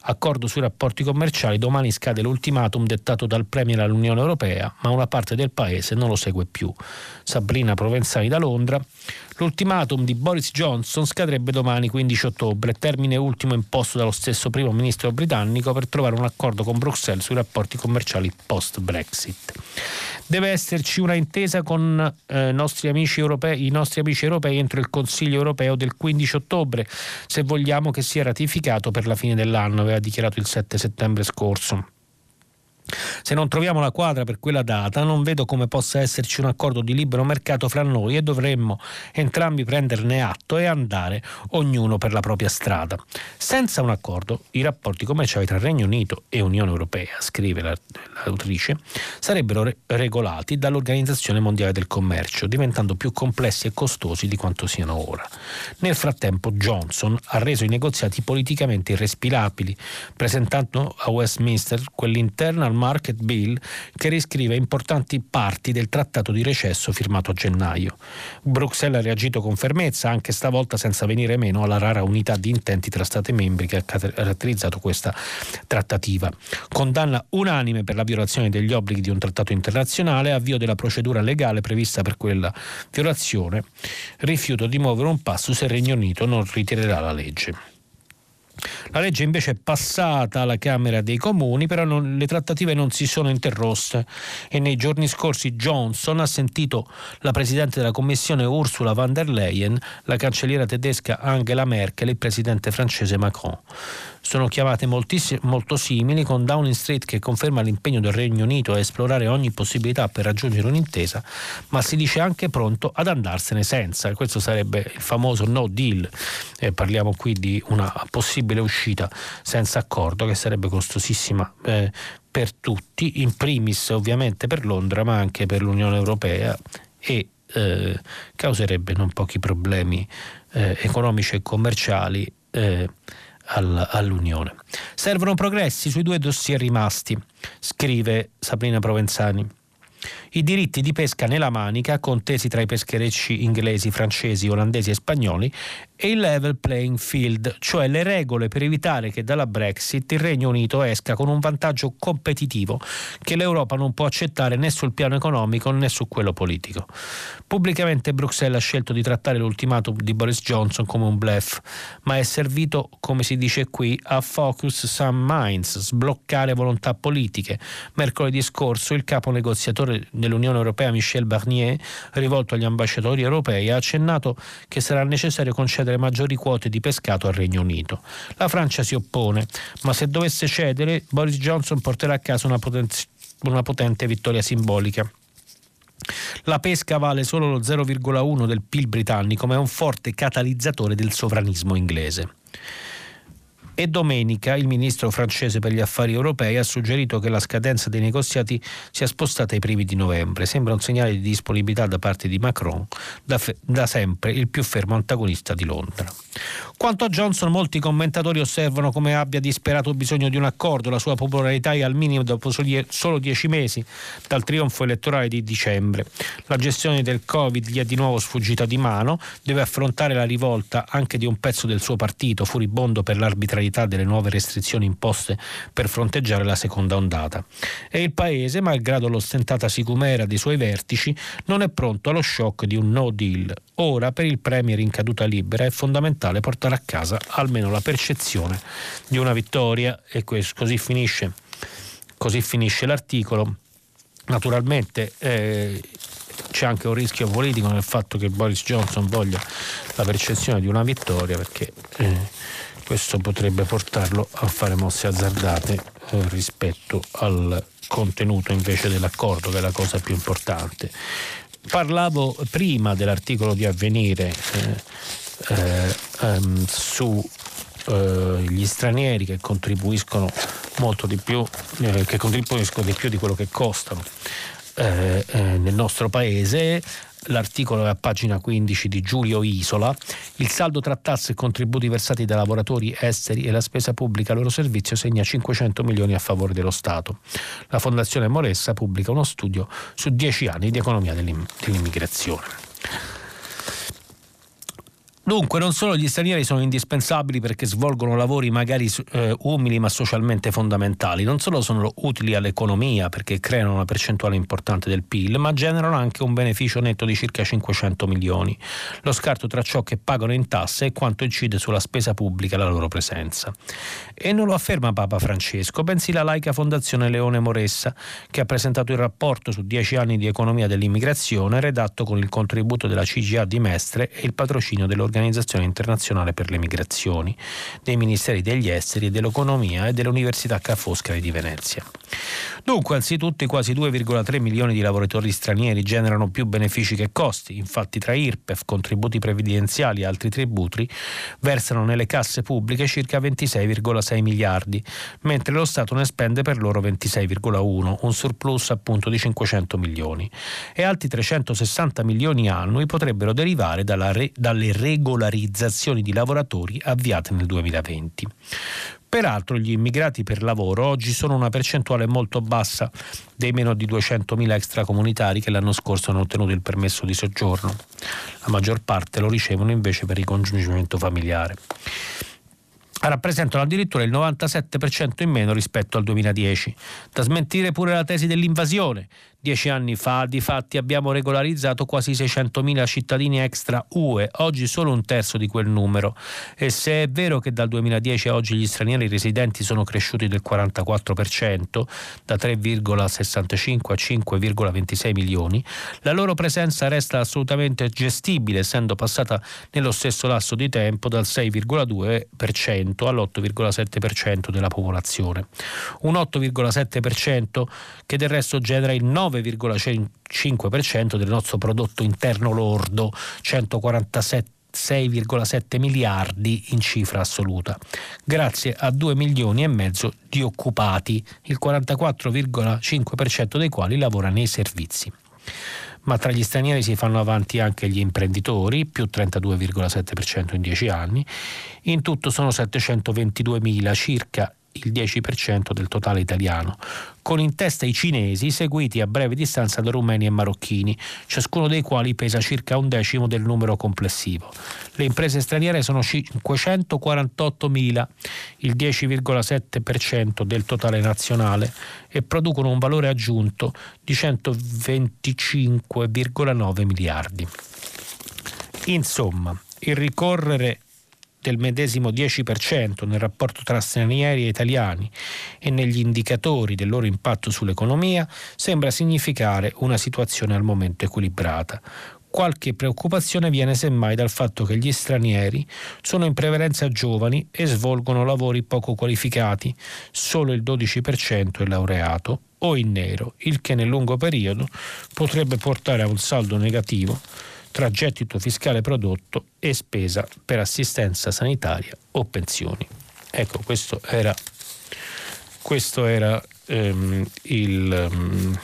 Accordo sui rapporti commerciali, domani scade l'ultimatum dettato dal Premier all'Unione Europea, ma una parte del paese non lo segue più. Sabrina Provenzani da Londra. L'ultimatum di Boris Johnson scadrebbe domani quindici ottobre, termine ultimo imposto dallo stesso primo ministro britannico per trovare un accordo con Bruxelles sui rapporti commerciali post-Brexit. Deve esserci una intesa con eh, nostri amici europei, i nostri amici europei entro il Consiglio europeo del quindici ottobre, se vogliamo che sia ratificato per la fine dell'anno, aveva dichiarato il sette settembre scorso. Se non troviamo la quadra per quella data, non vedo come possa esserci un accordo di libero mercato fra noi e dovremmo entrambi prenderne atto e andare ognuno per la propria strada. Senza un accordo, i rapporti commerciali tra Regno Unito e Unione Europea, scrive l'autrice, sarebbero re- regolati dall'Organizzazione Mondiale del Commercio, diventando più complessi e costosi di quanto siano ora. Nel frattempo Johnson ha reso i negoziati politicamente irrespirabili, presentando a Westminster quell'Internal Market Bill che riscrive importanti parti del trattato di recesso firmato a gennaio. Bruxelles ha reagito con fermezza, anche stavolta senza venire meno alla rara unità di intenti tra Stati membri che ha caratterizzato questa trattativa. Condanna unanime per la violazione degli obblighi di un trattato internazionale, avvio della procedura legale prevista per quella violazione, rifiuto di muovere un passo se il Regno Unito non ritirerà la legge. La legge invece è passata alla Camera dei Comuni, però non, le trattative non si sono interrotte e nei giorni scorsi Johnson ha sentito la Presidente della Commissione Ursula von der Leyen, la cancelliera tedesca Angela Merkel e il Presidente francese Macron. Sono chiamate molto simili, con Downing Street che conferma l'impegno del Regno Unito a esplorare ogni possibilità per raggiungere un'intesa, ma si dice anche pronto ad andarsene senza. Questo sarebbe il famoso no deal. Eh, parliamo qui di una possibile uscita senza accordo che sarebbe costosissima eh, per tutti, in primis ovviamente per Londra, ma anche per l'Unione Europea, e eh, causerebbe non pochi problemi eh, economici e commerciali eh, all'Unione. Servono progressi sui due dossier rimasti, scrive Sabrina Provenzani. I diritti di pesca nella Manica, contesi tra i pescherecci inglesi, francesi, olandesi e spagnoli, e il level playing field, cioè le regole per evitare che dalla Brexit il Regno Unito esca con un vantaggio competitivo che l'Europa non può accettare né sul piano economico né su quello politico. Pubblicamente Bruxelles ha scelto di trattare l'ultimatum di Boris Johnson come un bluff, ma è servito, come si dice qui, a focus some minds, sbloccare volontà politiche. Mercoledì scorso il capo negoziatore dell'Unione Europea Michel Barnier, rivolto agli ambasciatori europei, ha accennato che sarà necessario concedere maggiori quote di pescato al Regno Unito. La Francia si oppone, ma se dovesse cedere, Boris Johnson porterà a casa una, poten- una potente vittoria simbolica. La pesca vale solo lo zero virgola uno del P I L britannico, ma è un forte catalizzatore del sovranismo inglese. E domenica il ministro francese per gli affari europei ha suggerito che la scadenza dei negoziati sia spostata ai primi di novembre. Sembra un segnale di disponibilità da parte di Macron, da, fe- da sempre il più fermo antagonista di Londra. Quanto a Johnson, molti commentatori osservano come abbia disperato bisogno di un accordo. La sua popolarità è al minimo dopo solo dieci mesi dal trionfo elettorale di dicembre. La gestione del Covid gli è di nuovo sfuggita di mano, deve affrontare la rivolta anche di un pezzo del suo partito, furibondo per l'arbitrarietà delle nuove restrizioni imposte per fronteggiare la seconda ondata. E il paese, malgrado l'ostentata sicumera dei suoi vertici, non è pronto allo shock di un no deal. Ora, per il premier in caduta libera, è fondamentale portare a casa almeno la percezione di una vittoria, e così finisce, così finisce l'articolo. Naturalmente eh, c'è anche un rischio politico nel fatto che Boris Johnson voglia la percezione di una vittoria, perché eh, questo potrebbe portarlo a fare mosse azzardate eh, rispetto al contenuto invece dell'accordo, che è la cosa più importante. Parlavo prima dell'articolo di Avvenire eh, eh, um, su eh, gli stranieri che contribuiscono molto di più, eh, che contribuiscono di più di quello che costano eh, eh, nel nostro paese. L'articolo è a pagina quindici di Giulio Isola. Il saldo tra tasse e contributi versati da lavoratori esteri e la spesa pubblica a loro servizio segna cinquecento milioni a favore dello Stato. La Fondazione Moressa pubblica uno studio su dieci anni di economia dell'immigrazione. Dunque, non solo gli stranieri sono indispensabili perché svolgono lavori magari eh, umili ma socialmente fondamentali, non solo sono utili all'economia perché creano una percentuale importante del P I L, ma generano anche un beneficio netto di circa cinquecento milioni. Lo scarto tra ciò che pagano in tasse e quanto incide sulla spesa pubblica la loro presenza. E non lo afferma Papa Francesco, bensì la laica Fondazione Leone Moressa, che ha presentato il rapporto su dieci anni di economia dell'immigrazione, redatto con il contributo della C G A di Mestre e il patrocinio dell'organizzazione Organizzazione Internazionale per le Migrazioni, dei Ministeri degli Esteri e dell'Economia e dell'Università Ca' Foscari di Venezia. Dunque, anzitutto i quasi due virgola tre milioni di lavoratori stranieri generano più benefici che costi, infatti tra I R P E F, contributi previdenziali e altri tributi versano nelle casse pubbliche circa ventisei virgola sei miliardi, mentre lo Stato ne spende per loro ventisei virgola uno, un surplus appunto di cinquecento milioni, e altri trecentosessanta milioni annui potrebbero derivare dalla re, dalle regolarizzazioni di lavoratori avviate nel duemilaventi. Peraltro gli immigrati per lavoro oggi sono una percentuale molto bassa dei meno di duecentomila extracomunitari che l'anno scorso hanno ottenuto il permesso di soggiorno. La maggior parte lo ricevono invece per ricongiungimento familiare. Rappresentano addirittura il novantasette per cento in meno rispetto al duemiladieci. Da smentire pure la tesi dell'invasione. Dieci anni fa, difatti, abbiamo regolarizzato quasi seicentomila cittadini extra U E, oggi solo un terzo di quel numero. E se è vero che dal duemiladieci a oggi gli stranieri residenti sono cresciuti del quarantaquattro per cento, da tre virgola sessantacinque a cinque virgola ventisei milioni, la loro presenza resta assolutamente gestibile, essendo passata nello stesso lasso di tempo dal sei virgola due per cento all'otto virgola sette per cento della popolazione. Un otto virgola sette per cento che del resto genera il nove virgola cinque per cento del nostro prodotto interno lordo, centoquarantasei virgola sette miliardi in cifra assoluta, grazie a due milioni e mezzo di occupati, il quarantaquattro virgola cinque per cento dei quali lavora nei servizi. Ma tra gli stranieri si fanno avanti anche gli imprenditori, più trentadue virgola sette per cento in dieci anni. In tutto sono settecentoventiduemila, circa il dieci per cento del totale italiano, con in testa i cinesi, seguiti a breve distanza da rumeni e marocchini, ciascuno dei quali pesa circa un decimo del numero complessivo. Le imprese straniere sono cinquecentoquarantottomila, il dieci virgola sette per cento del totale nazionale, e producono un valore aggiunto di centoventicinque virgola nove miliardi. Insomma, il ricorrere del medesimo dieci per cento nel rapporto tra stranieri e italiani e negli indicatori del loro impatto sull'economia sembra significare una situazione al momento equilibrata. Qualche preoccupazione viene semmai dal fatto che gli stranieri sono in prevalenza giovani e svolgono lavori poco qualificati, solo il dodici per cento è laureato o in nero, il che nel lungo periodo potrebbe portare a un saldo negativo tra gettito fiscale prodotto e spesa per assistenza sanitaria o pensioni. Ecco, questo era, questo era ehm, il um,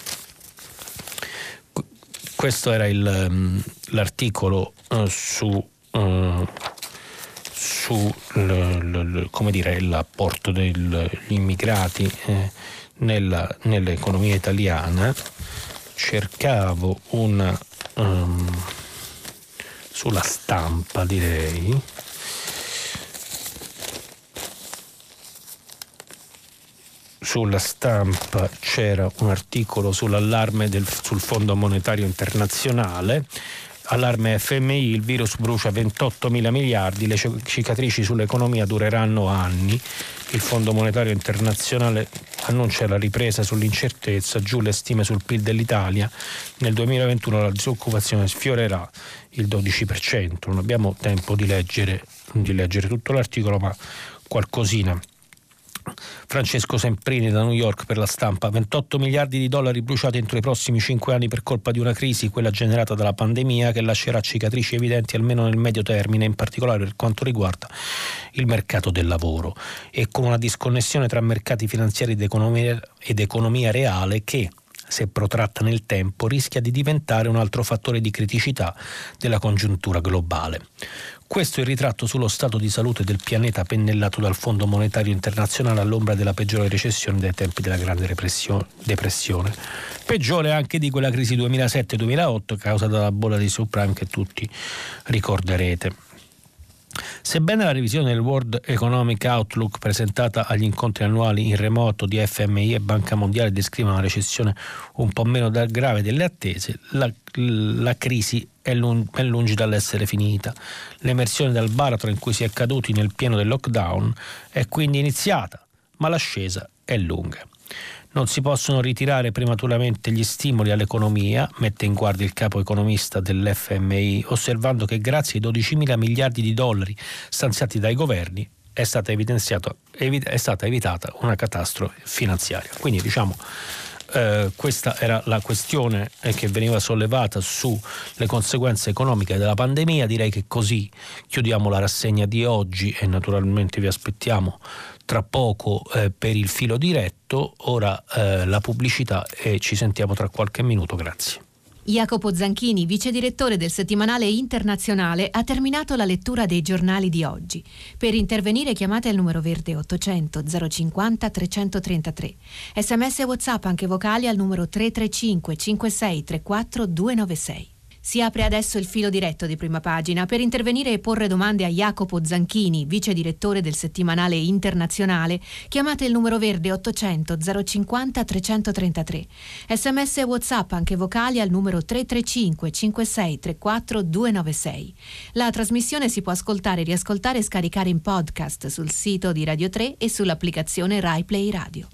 questo era il, um, l'articolo uh, su uh, su l, l, come dire, l'apporto degli immigrati eh, nella, nell'economia italiana. Cercavo una Um, sulla stampa, direi, sulla stampa c'era un articolo sull'allarme del, sul Fondo Monetario Internazionale. Allarme F M I, il virus brucia ventottomila miliardi, le cicatrici sull'economia dureranno anni. Il Fondo Monetario Internazionale annuncia la ripresa sull'incertezza, giù le stime sul P I L dell'Italia. Nel duemilaventuno la disoccupazione sfiorerà il dodici per cento. Non abbiamo tempo di leggere, di leggere tutto l'articolo, ma qualcosina. Francesco Semprini da New York per La Stampa: ventotto miliardi di dollari bruciati entro i prossimi cinque anni per colpa di una crisi, quella generata dalla pandemia, che lascerà cicatrici evidenti almeno nel medio termine, in particolare per quanto riguarda il mercato del lavoro, e con una disconnessione tra mercati finanziari ed economia, ed economia reale che, se protratta nel tempo, rischia di diventare un altro fattore di criticità della congiuntura globale. Questo è il ritratto sullo stato di salute del pianeta pennellato dal Fondo Monetario Internazionale all'ombra della peggiore recessione dai tempi della Grande Depressione, peggiore anche di quella crisi duemilasette duemilaotto causata dalla bolla di subprime che tutti ricorderete. Sebbene la revisione del World Economic Outlook presentata agli incontri annuali in remoto di F M I e Banca Mondiale descriva una recessione un po' meno grave delle attese, la, la crisi è, lung- è lungi dall'essere finita. L'emersione dal baratro in cui si è caduti nel pieno del lockdown è quindi iniziata, ma l'ascesa è lunga. Non si possono ritirare prematuramente gli stimoli all'economia, mette in guardia il capo economista dell'F M I, osservando che grazie ai dodicimila miliardi di dollari stanziati dai governi è stata, evidenziato, è stata evitata una catastrofe finanziaria. Quindi diciamo eh, questa era la questione che veniva sollevata sulle conseguenze economiche della pandemia. Direi che così chiudiamo la rassegna di oggi e naturalmente vi aspettiamo tra poco eh, per il filo diretto. Ora eh, la pubblicità e ci sentiamo tra qualche minuto. Grazie. Jacopo Zanchini, vice direttore del settimanale Internazionale, ha terminato la lettura dei giornali di oggi. Per intervenire chiamate il numero verde ottocento zero cinquanta trecentotrentatré. Sms e WhatsApp anche vocali al numero tre tre cinque cinque sei tre quattro due nove sei. Si apre adesso il filo diretto di Prima Pagina. Per intervenire e porre domande a Jacopo Zanchini, vice direttore del settimanale Internazionale, chiamate il numero verde ottocento zero cinquanta trecentotrentatré. Sms e WhatsApp anche vocali al numero tre tre cinque cinque sei tre quattro due nove sei. La trasmissione si può ascoltare, riascoltare e scaricare in podcast sul sito di Radio tre e sull'applicazione Rai Play Radio.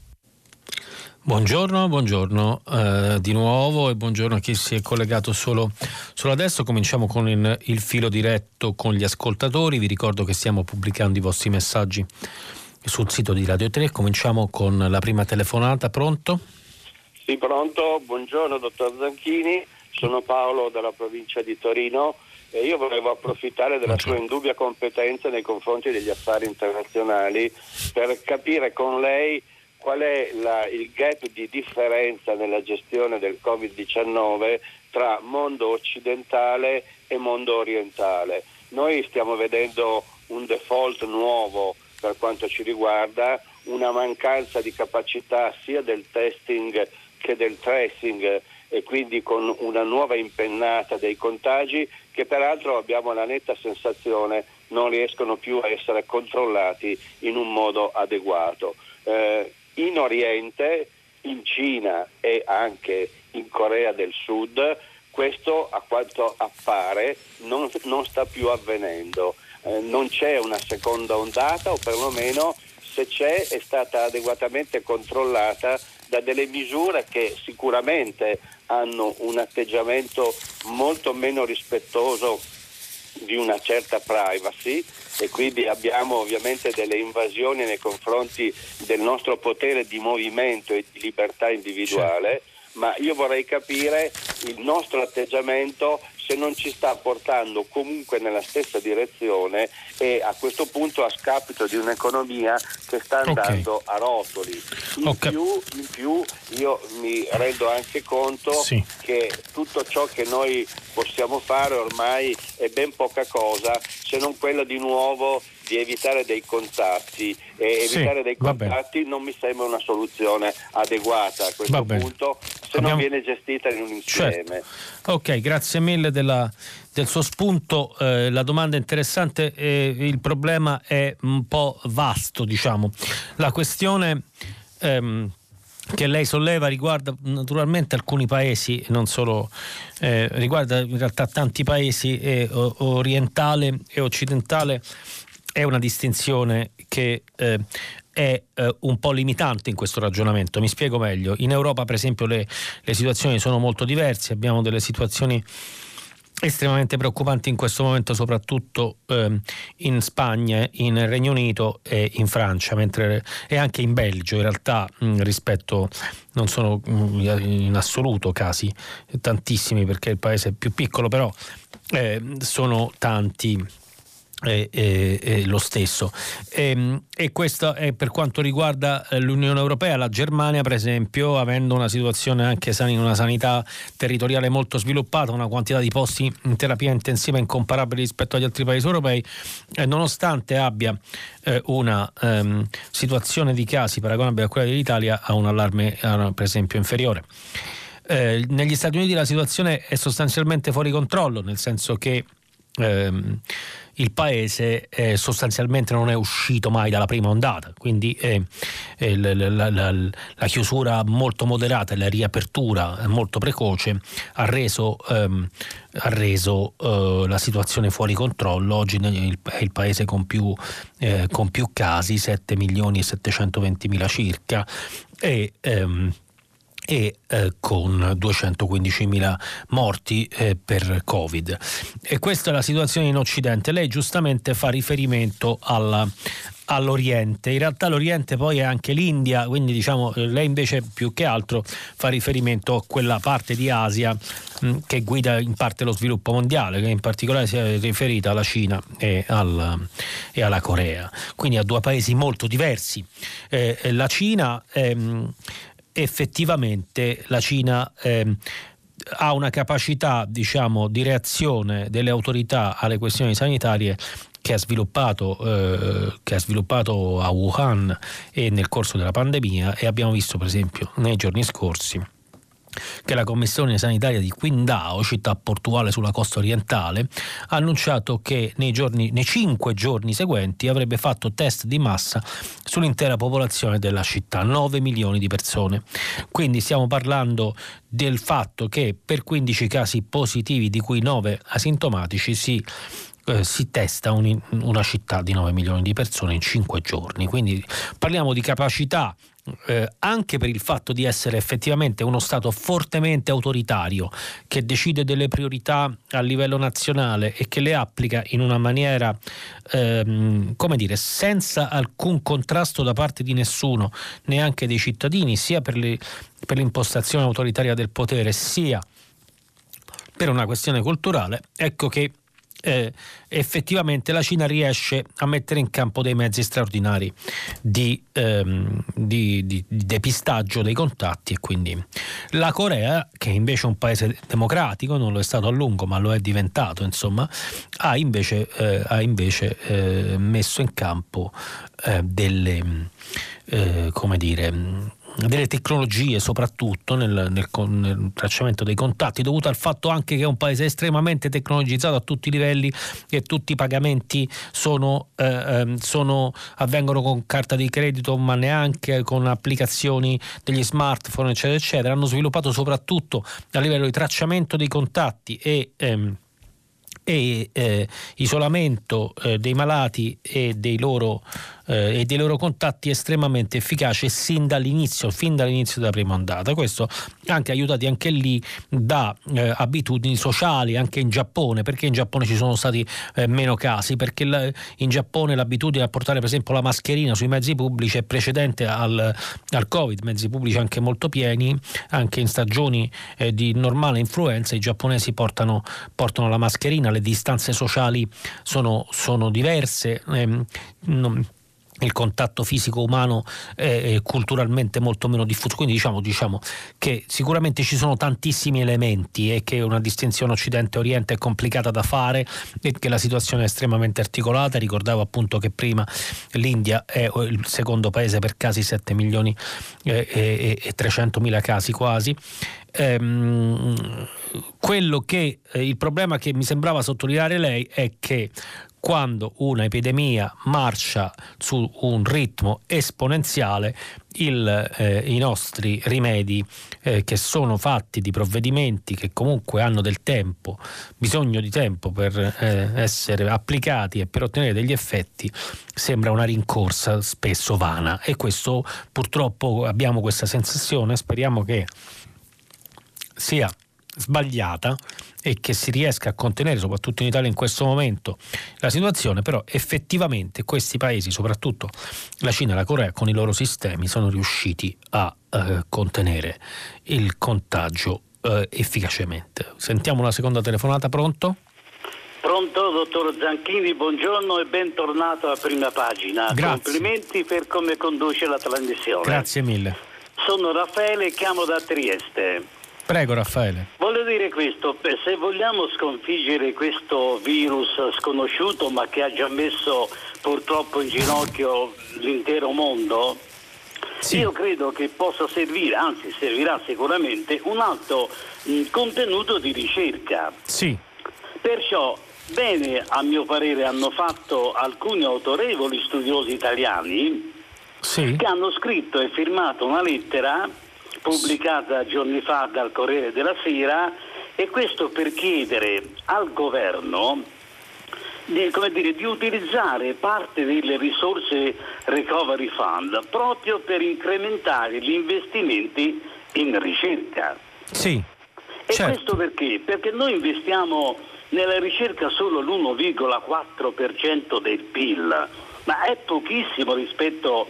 Buongiorno, buongiorno eh, di nuovo e buongiorno a chi si è collegato solo, solo adesso. Cominciamo con il, il filo diretto con gli ascoltatori. Vi ricordo che stiamo pubblicando i vostri messaggi sul sito di Radio tre. Cominciamo con la prima telefonata. Pronto? Sì, pronto. Buongiorno dottor Zanchini, sono Paolo dalla provincia di Torino e io volevo approfittare della sua indubbia competenza nei confronti degli affari internazionali per capire con lei qual è la, il gap di differenza nella gestione del covid diciannove tra mondo occidentale e mondo orientale. Noi stiamo vedendo un default nuovo per quanto ci riguarda, una mancanza di capacità sia del testing che del tracing e quindi con una nuova impennata dei contagi che peraltro abbiamo la netta sensazione non riescono più a essere controllati in un modo adeguato. Eh, In Oriente, in Cina e anche in Corea del Sud, questo a quanto appare non, non sta più avvenendo. Eh, non c'è una seconda ondata, o perlomeno se c'è è stata adeguatamente controllata da delle misure che sicuramente hanno un atteggiamento molto meno rispettoso di una certa privacy e quindi abbiamo ovviamente delle invasioni nei confronti del nostro potere di movimento e di libertà individuale, certo. Ma io vorrei capire il nostro atteggiamento se non ci sta portando comunque nella stessa direzione e a questo punto a scapito di un'economia che sta andando okay. a rotoli. In, okay. più, in più io mi rendo anche conto sì. che tutto ciò che noi possiamo fare ormai è ben poca cosa se non quella di nuovo di evitare dei contatti e sì, evitare dei contatti non mi sembra una soluzione adeguata a questo punto se Abbiamo... non viene gestita in un insieme. Certo. Ok, grazie mille della, del suo spunto, eh, la domanda è interessante, eh, il problema è un po' vasto, diciamo. La questione ehm, che lei solleva riguarda naturalmente alcuni paesi, non solo, eh, riguarda in realtà tanti paesi, eh, orientale e occidentale. È una distinzione che eh, è eh, un po' limitante in questo ragionamento. Mi spiego meglio. In Europa, per esempio, le, le situazioni sono molto diverse. Abbiamo delle situazioni estremamente preoccupanti in questo momento, soprattutto eh, in Spagna, in Regno Unito e in Francia, mentre e anche in Belgio. In realtà, mh, rispetto, non sono mh, in assoluto casi tantissimi perché il paese è più piccolo, però eh, sono tanti. È, è, è lo stesso e, e questo è per quanto riguarda l'Unione Europea. La Germania, per esempio, avendo una situazione anche in una sanità territoriale molto sviluppata, una quantità di posti in terapia intensiva incomparabili rispetto agli altri paesi europei, eh, nonostante abbia eh, una ehm, situazione di casi paragonabile a quella dell'Italia, ha un allarme eh, per esempio inferiore. Eh, negli Stati Uniti la situazione è sostanzialmente fuori controllo, nel senso che ehm, il paese eh, sostanzialmente non è uscito mai dalla prima ondata, quindi eh, eh, la, la, la, la chiusura molto moderata e la riapertura molto precoce ha reso, ehm, ha reso eh, la situazione fuori controllo. Oggi è il paese con più, eh, con più casi, sette milioni e settecentoventimila circa, e ehm, e eh, con duecentoquindicimila morti eh, per Covid. E questa è la situazione in Occidente. Lei giustamente fa riferimento alla, all'Oriente. In realtà l'Oriente poi è anche l'India, quindi diciamo lei invece più che altro fa riferimento a quella parte di Asia mh, che guida in parte lo sviluppo mondiale, che in particolare si è riferita alla Cina e, al, e alla Corea, quindi a due paesi molto diversi. Eh, la Cina ehm, effettivamente la Cina ehm, ha una capacità, diciamo, di reazione delle autorità alle questioni sanitarie che ha sviluppato eh, che ha sviluppato a Wuhan e nel corso della pandemia, e abbiamo visto per esempio nei giorni scorsi che la commissione sanitaria di Qingdao, città portuale sulla costa orientale, ha annunciato che nei giorni, nei cinque giorni seguenti avrebbe fatto test di massa sull'intera popolazione della città, nove milioni di persone. Quindi stiamo parlando del fatto che per quindici casi positivi, di cui nove asintomatici, si Eh, si testa un, una città di nove milioni di persone in cinque giorni. Quindi parliamo di capacità eh, anche per il fatto di essere effettivamente uno Stato fortemente autoritario, che decide delle priorità a livello nazionale e che le applica in una maniera ehm, come dire, senza alcun contrasto da parte di nessuno, neanche dei cittadini, sia per, le, per l'impostazione autoritaria del potere, sia per una questione culturale. Ecco che Eh, effettivamente la Cina riesce a mettere in campo dei mezzi straordinari di, ehm, di, di, di depistaggio dei contatti, e quindi la Corea, che è invece un paese democratico, non lo è stato a lungo ma lo è diventato, insomma, ha invece, eh, ha invece eh, messo in campo eh, delle eh, come dire delle tecnologie, soprattutto nel, nel, nel tracciamento dei contatti, dovuto al fatto anche che è un paese estremamente tecnologizzato a tutti i livelli, e tutti i pagamenti sono, eh, sono avvengono con carta di credito, ma neanche con applicazioni degli smartphone, eccetera eccetera. Hanno sviluppato soprattutto a livello di tracciamento dei contatti e ehm, e eh, isolamento eh, dei malati e dei loro eh, e dei loro contatti estremamente efficace sin dall'inizio, fin dall'inizio della prima ondata. Questo anche aiutati anche lì da eh, abitudini sociali, anche in Giappone. Perché in Giappone ci sono stati eh, meno casi? Perché la, in Giappone l'abitudine a portare per esempio la mascherina sui mezzi pubblici è precedente al, al Covid, mezzi pubblici anche molto pieni, anche in stagioni eh, di normale influenza i giapponesi portano, portano la mascherina. Le distanze sociali sono, sono diverse, ehm, non, il contatto fisico umano è culturalmente molto meno diffuso, quindi diciamo, diciamo che sicuramente ci sono tantissimi elementi e che una distinzione Occidente-Oriente è complicata da fare e che la situazione è estremamente articolata. Ricordavo appunto che prima l'India è il secondo paese per casi, sette milioni e trecentomila casi quasi. Ehm, quello che eh, il problema che mi sembrava sottolineare lei è che quando una epidemia marcia su un ritmo esponenziale, il, eh, i nostri rimedi eh, che sono fatti di provvedimenti che comunque hanno del tempo, bisogno di tempo per eh, essere applicati e per ottenere degli effetti, sembra una rincorsa spesso vana. E questo purtroppo abbiamo questa sensazione, speriamo che sia sbagliata e che si riesca a contenere, soprattutto in Italia in questo momento, la situazione. Però effettivamente questi paesi, soprattutto la Cina e la Corea, con i loro sistemi sono riusciti a eh, contenere il contagio eh, efficacemente. Sentiamo la seconda telefonata. Pronto? Pronto, dottor Zanchini, buongiorno e bentornato a Prima Pagina. Grazie. Complimenti per come conduce la trasmissione. Grazie mille. Sono Raffaele e chiamo da Trieste. Prego Raffaele. Voglio dire questo, se vogliamo sconfiggere questo virus sconosciuto ma che ha già messo purtroppo in ginocchio l'intero mondo, sì, io credo che possa servire, anzi servirà sicuramente, un alto mh, contenuto di ricerca. Sì. Perciò bene, a mio parere, hanno fatto alcuni autorevoli studiosi italiani sì. che hanno scritto e firmato una lettera pubblicata giorni fa dal Corriere della Sera, e questo per chiedere al governo di, come dire, di utilizzare parte delle risorse Recovery Fund proprio per incrementare gli investimenti in ricerca. Sì, e certo. questo perché? Perché noi investiamo nella ricerca solo l'uno virgola quattro per cento del P I L, ma è pochissimo rispetto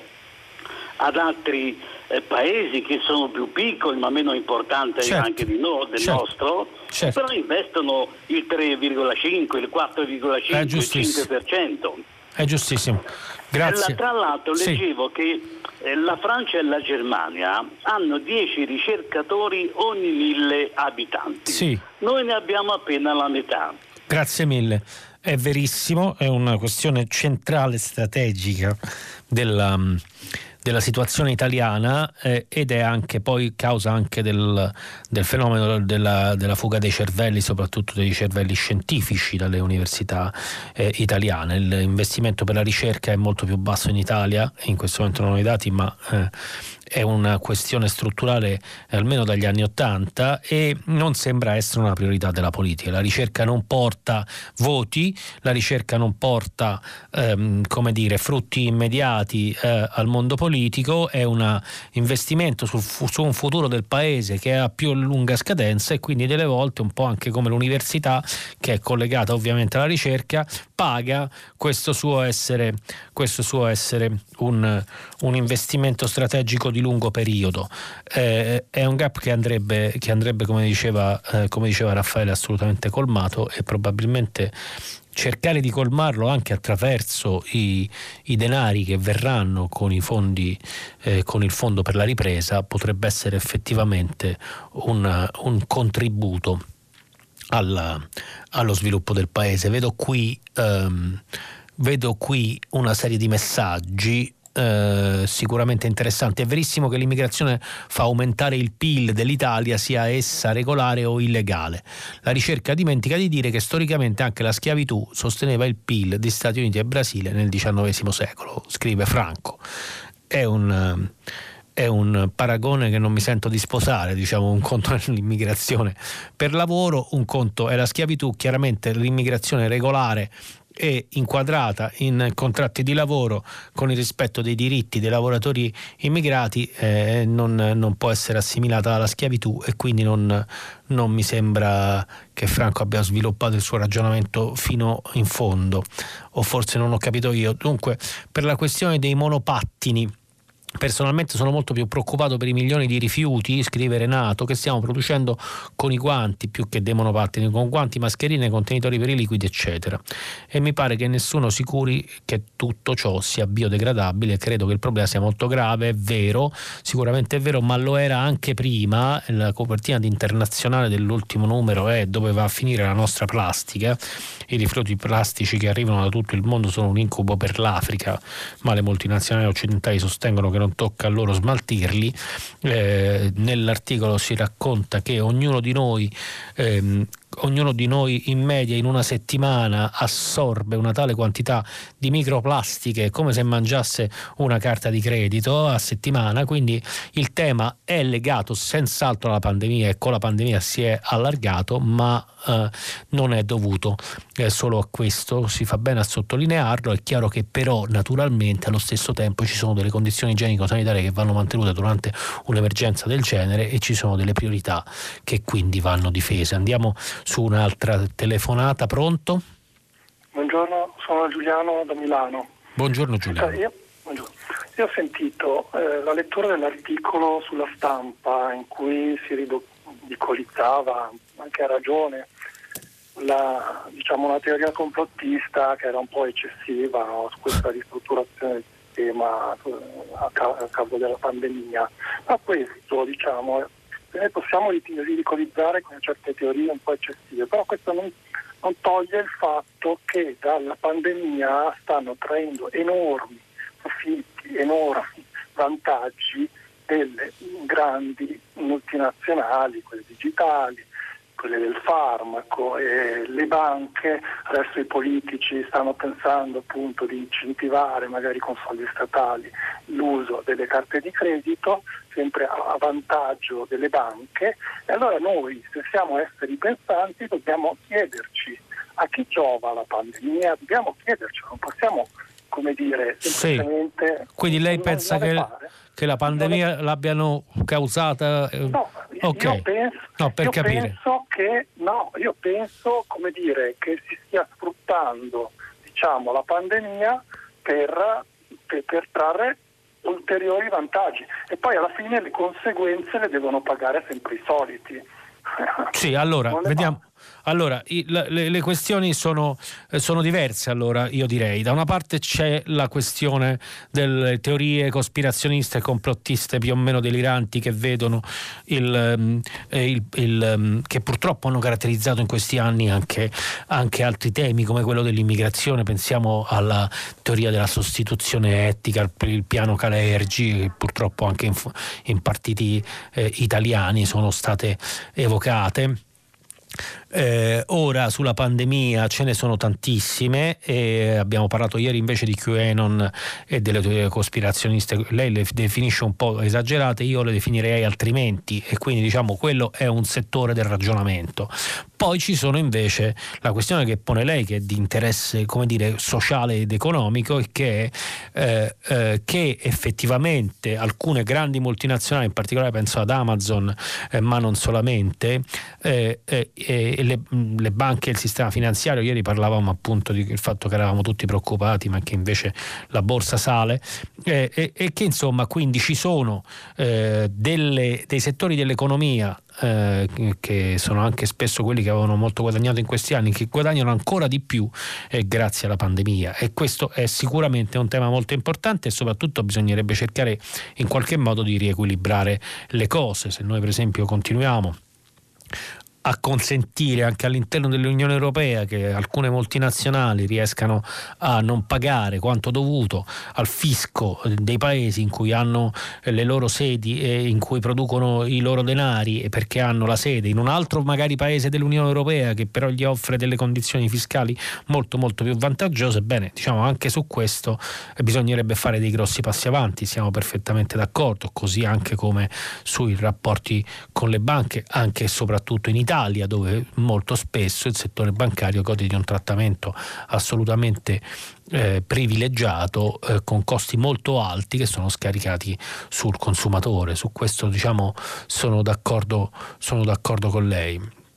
ad altri eh, paesi che sono più piccoli ma meno importanti certo. anche di no, del certo. nostro, certo. però investono il tre virgola cinque, il quattro virgola cinque, il cinque per cento. È giustissimo, grazie. Tra l'altro leggevo sì. che eh, la Francia e la Germania hanno dieci ricercatori ogni mille abitanti. Sì. Noi ne abbiamo appena la metà. Grazie mille. È verissimo, è una questione centrale strategica della, della situazione italiana eh, ed è anche poi causa anche del, del fenomeno della, della fuga dei cervelli, soprattutto dei cervelli scientifici dalle università eh, italiane. L'investimento per la ricerca è molto più basso in Italia, in questo momento non ho i dati, ma eh, è una questione strutturale almeno dagli anni Ottanta e non sembra essere una priorità della politica. La ricerca non porta voti, la ricerca non porta ehm, come dire, frutti immediati eh, al mondo politico, è un investimento sul, su un futuro del paese che ha più lunga scadenza, e quindi delle volte, un po' anche come l'università, che è collegata ovviamente alla ricerca, paga questo suo essere, questo suo essere un, un investimento strategico di lungo periodo. Eh, è un gap che andrebbe, che andrebbe come diceva, eh, come diceva Raffaele, assolutamente colmato, e probabilmente cercare di colmarlo anche attraverso i, i denari che verranno con i fondi, eh, con il fondo per la ripresa, potrebbe essere effettivamente un, un contributo alla, allo sviluppo del paese. Vedo qui, ehm, vedo qui una serie di messaggi Eh, sicuramente interessante. È verissimo che l'immigrazione fa aumentare il P I L dell'Italia, sia essa regolare o illegale. La ricerca dimentica di dire che storicamente anche la schiavitù sosteneva il P I L di Stati Uniti e Brasile nel diciannovesimo secolo, scrive Franco. È un è un paragone che non mi sento di sposare, diciamo. Un conto è l'immigrazione per lavoro, un conto è la schiavitù. Chiaramente l'immigrazione regolare è inquadrata in contratti di lavoro con il rispetto dei diritti dei lavoratori immigrati, eh, non, non può essere assimilata alla schiavitù, e quindi non, non mi sembra che Franco abbia sviluppato il suo ragionamento fino in fondo, o forse non ho capito io. Dunque, per la questione dei monopattini, personalmente sono molto più preoccupato per i milioni di rifiuti, scrive Renato, che stiamo producendo con i guanti più che dei monopattini, con guanti, mascherine, contenitori per i liquidi eccetera, e mi pare che nessuno sicuri che tutto ciò sia biodegradabile. Credo che il problema sia molto grave, è vero, sicuramente è vero, ma lo era anche prima. La copertina internazionale dell'ultimo numero è dove va a finire la nostra plastica. I rifiuti plastici che arrivano da tutto il mondo sono un incubo per l'Africa, ma le multinazionali occidentali sostengono che non tocca a loro smaltirli. Eh, nell'articolo si racconta che ognuno di noi ehm, ognuno di noi in media in una settimana assorbe una tale quantità di microplastiche come se mangiasse una carta di credito a settimana. Quindi il tema è legato senz'altro alla pandemia, e con la pandemia si è allargato, ma eh, non è dovuto eh, solo a questo. Si fa bene a sottolinearlo. È chiaro che però naturalmente allo stesso tempo ci sono delle condizioni igienico-sanitarie che vanno mantenute durante un'emergenza del genere, e ci sono delle priorità che quindi vanno difese. Andiamo su un'altra telefonata. Pronto? Buongiorno, sono Giuliano da Milano. Buongiorno Giuliano. Io, buongiorno. Io ho sentito eh, la lettura dell'articolo sulla Stampa in cui si ridicolizzava, anche a ragione, la, diciamo, una teoria complottista che era un po' eccessiva, no, su questa ristrutturazione del sistema a, ca- a causa della pandemia. Ma questo, diciamo, noi possiamo ridicolizzare con certe teorie un po' eccessive, però questo non, non toglie il fatto che dalla pandemia stanno traendo enormi profitti, enormi vantaggi delle grandi multinazionali, quelle digitali, quelle del farmaco, e le banche, adesso i politici stanno pensando appunto di incentivare magari con soldi statali l'uso delle carte di credito, sempre a vantaggio delle banche, e allora noi, se siamo esseri pensanti, dobbiamo chiederci a chi giova la pandemia, dobbiamo chiederci, non possiamo, come dire, semplicemente... Sì. Quindi lei pensa che, che la pandemia è... l'abbiano causata? No, okay. io, penso, no, per io capire. penso che no, io penso, come dire, che si stia sfruttando, diciamo, la pandemia per, per, per trarre ulteriori vantaggi, e poi alla fine le conseguenze le devono pagare sempre i soliti. Sì, allora vediamo. Fa. Allora, i, le, le questioni sono, sono diverse, allora io direi. Da una parte c'è la questione delle teorie cospirazioniste e complottiste più o meno deliranti che vedono il, il, il che purtroppo hanno caratterizzato in questi anni anche, anche altri temi come quello dell'immigrazione. Pensiamo alla teoria della sostituzione etica, il, il piano Kalergi, che purtroppo anche in, in partiti eh, italiani sono state evocate. Eh, ora sulla pandemia ce ne sono tantissime, e abbiamo parlato ieri invece di QAnon e delle teorie cospirazioniste. Lei le definisce un po' esagerate, io le definirei altrimenti, e quindi diciamo quello è un settore del ragionamento. Poi ci sono invece la questione che pone lei, che è di interesse, come dire, sociale ed economico, e che è eh, eh, che effettivamente alcune grandi multinazionali, in particolare penso ad Amazon, eh, ma non solamente, eh, eh, eh, le, le banche e il sistema finanziario. Ieri parlavamo appunto del fatto che eravamo tutti preoccupati, ma che invece la borsa sale, eh, e, e che insomma quindi ci sono eh, delle, dei settori dell'economia eh, che sono anche spesso quelli che avevano molto guadagnato in questi anni, che guadagnano ancora di più eh, grazie alla pandemia, e questo è sicuramente un tema molto importante, e soprattutto bisognerebbe cercare in qualche modo di riequilibrare le cose. Se noi per esempio continuiamo a consentire anche all'interno dell'Unione Europea che alcune multinazionali riescano a non pagare quanto dovuto al fisco dei paesi in cui hanno le loro sedi e in cui producono i loro denari, perché hanno la sede in un altro magari paese dell'Unione Europea che però gli offre delle condizioni fiscali molto molto più vantaggiose, bene, diciamo anche su questo bisognerebbe fare dei grossi passi avanti, siamo perfettamente d'accordo, così anche come sui rapporti con le banche, anche e soprattutto in Italia, Italia, dove molto spesso il settore bancario gode di un trattamento assolutamente eh, privilegiato, eh, con costi molto alti che sono scaricati sul consumatore. Su questo diciamo sono d'accordo, sono d'accordo con lei.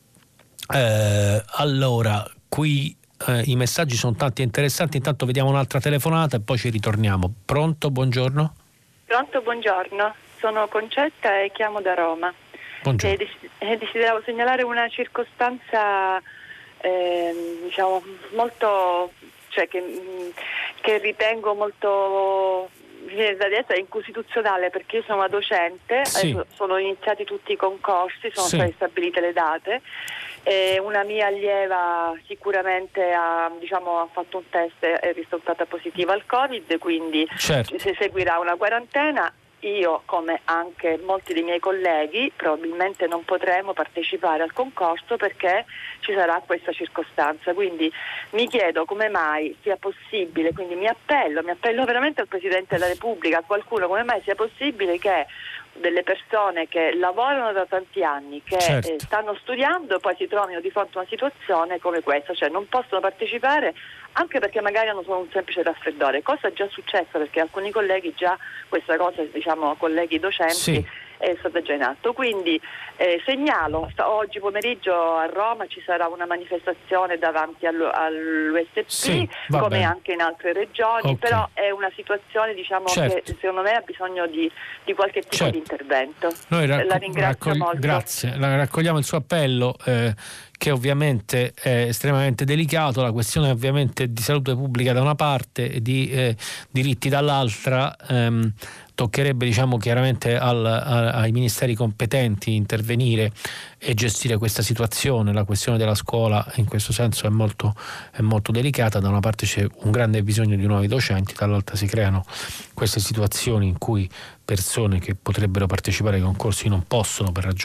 Eh, allora, qui eh, i messaggi sono tanti e interessanti, intanto vediamo un'altra telefonata e poi ci ritorniamo. Pronto, buongiorno? Pronto, buongiorno, sono Concetta e chiamo da Roma. E desideravo segnalare una circostanza eh, diciamo molto, cioè che, che ritengo molto, da essere incostituzionale, perché io sono una docente, sì. Sono iniziati tutti i concorsi, sono sì. state stabilite le date, e una mia allieva sicuramente ha, diciamo, ha fatto un test e è risultata positiva al Covid, quindi certo. si seguirà una quarantena. Io, come anche molti dei miei colleghi, probabilmente non potremo partecipare al concorso perché ci sarà questa circostanza. Quindi mi chiedo come mai sia possibile, quindi mi appello, mi appello veramente al Presidente della Repubblica, a qualcuno, come mai sia possibile che delle persone che lavorano da tanti anni, che certo. eh, stanno studiando, poi si trovino di fronte a una situazione come questa, cioè non possono partecipare anche perché magari hanno solo un semplice raffreddore, cosa già successa perché alcuni colleghi già questa cosa, diciamo colleghi docenti, sì. è stata già in atto. Quindi eh, segnalo, oggi pomeriggio a Roma ci sarà una manifestazione davanti all'U S P, sì, come bene. Anche in altre regioni, okay. Però è una situazione diciamo certo. che secondo me ha bisogno di, di qualche tipo certo. di intervento. Noi racco- la ringrazio raccogli- molto. Grazie, la, raccogliamo il suo appello eh, che ovviamente è estremamente delicato, la questione ovviamente di salute pubblica da una parte e di eh, diritti dall'altra. ehm, Toccherebbe diciamo chiaramente al, a, ai ministeri competenti intervenire e gestire questa situazione. La questione della scuola in questo senso è molto, è molto delicata. Da una parte c'è un grande bisogno di nuovi docenti, dall'altra si creano queste situazioni in cui persone che potrebbero partecipare ai concorsi non possono per ragioni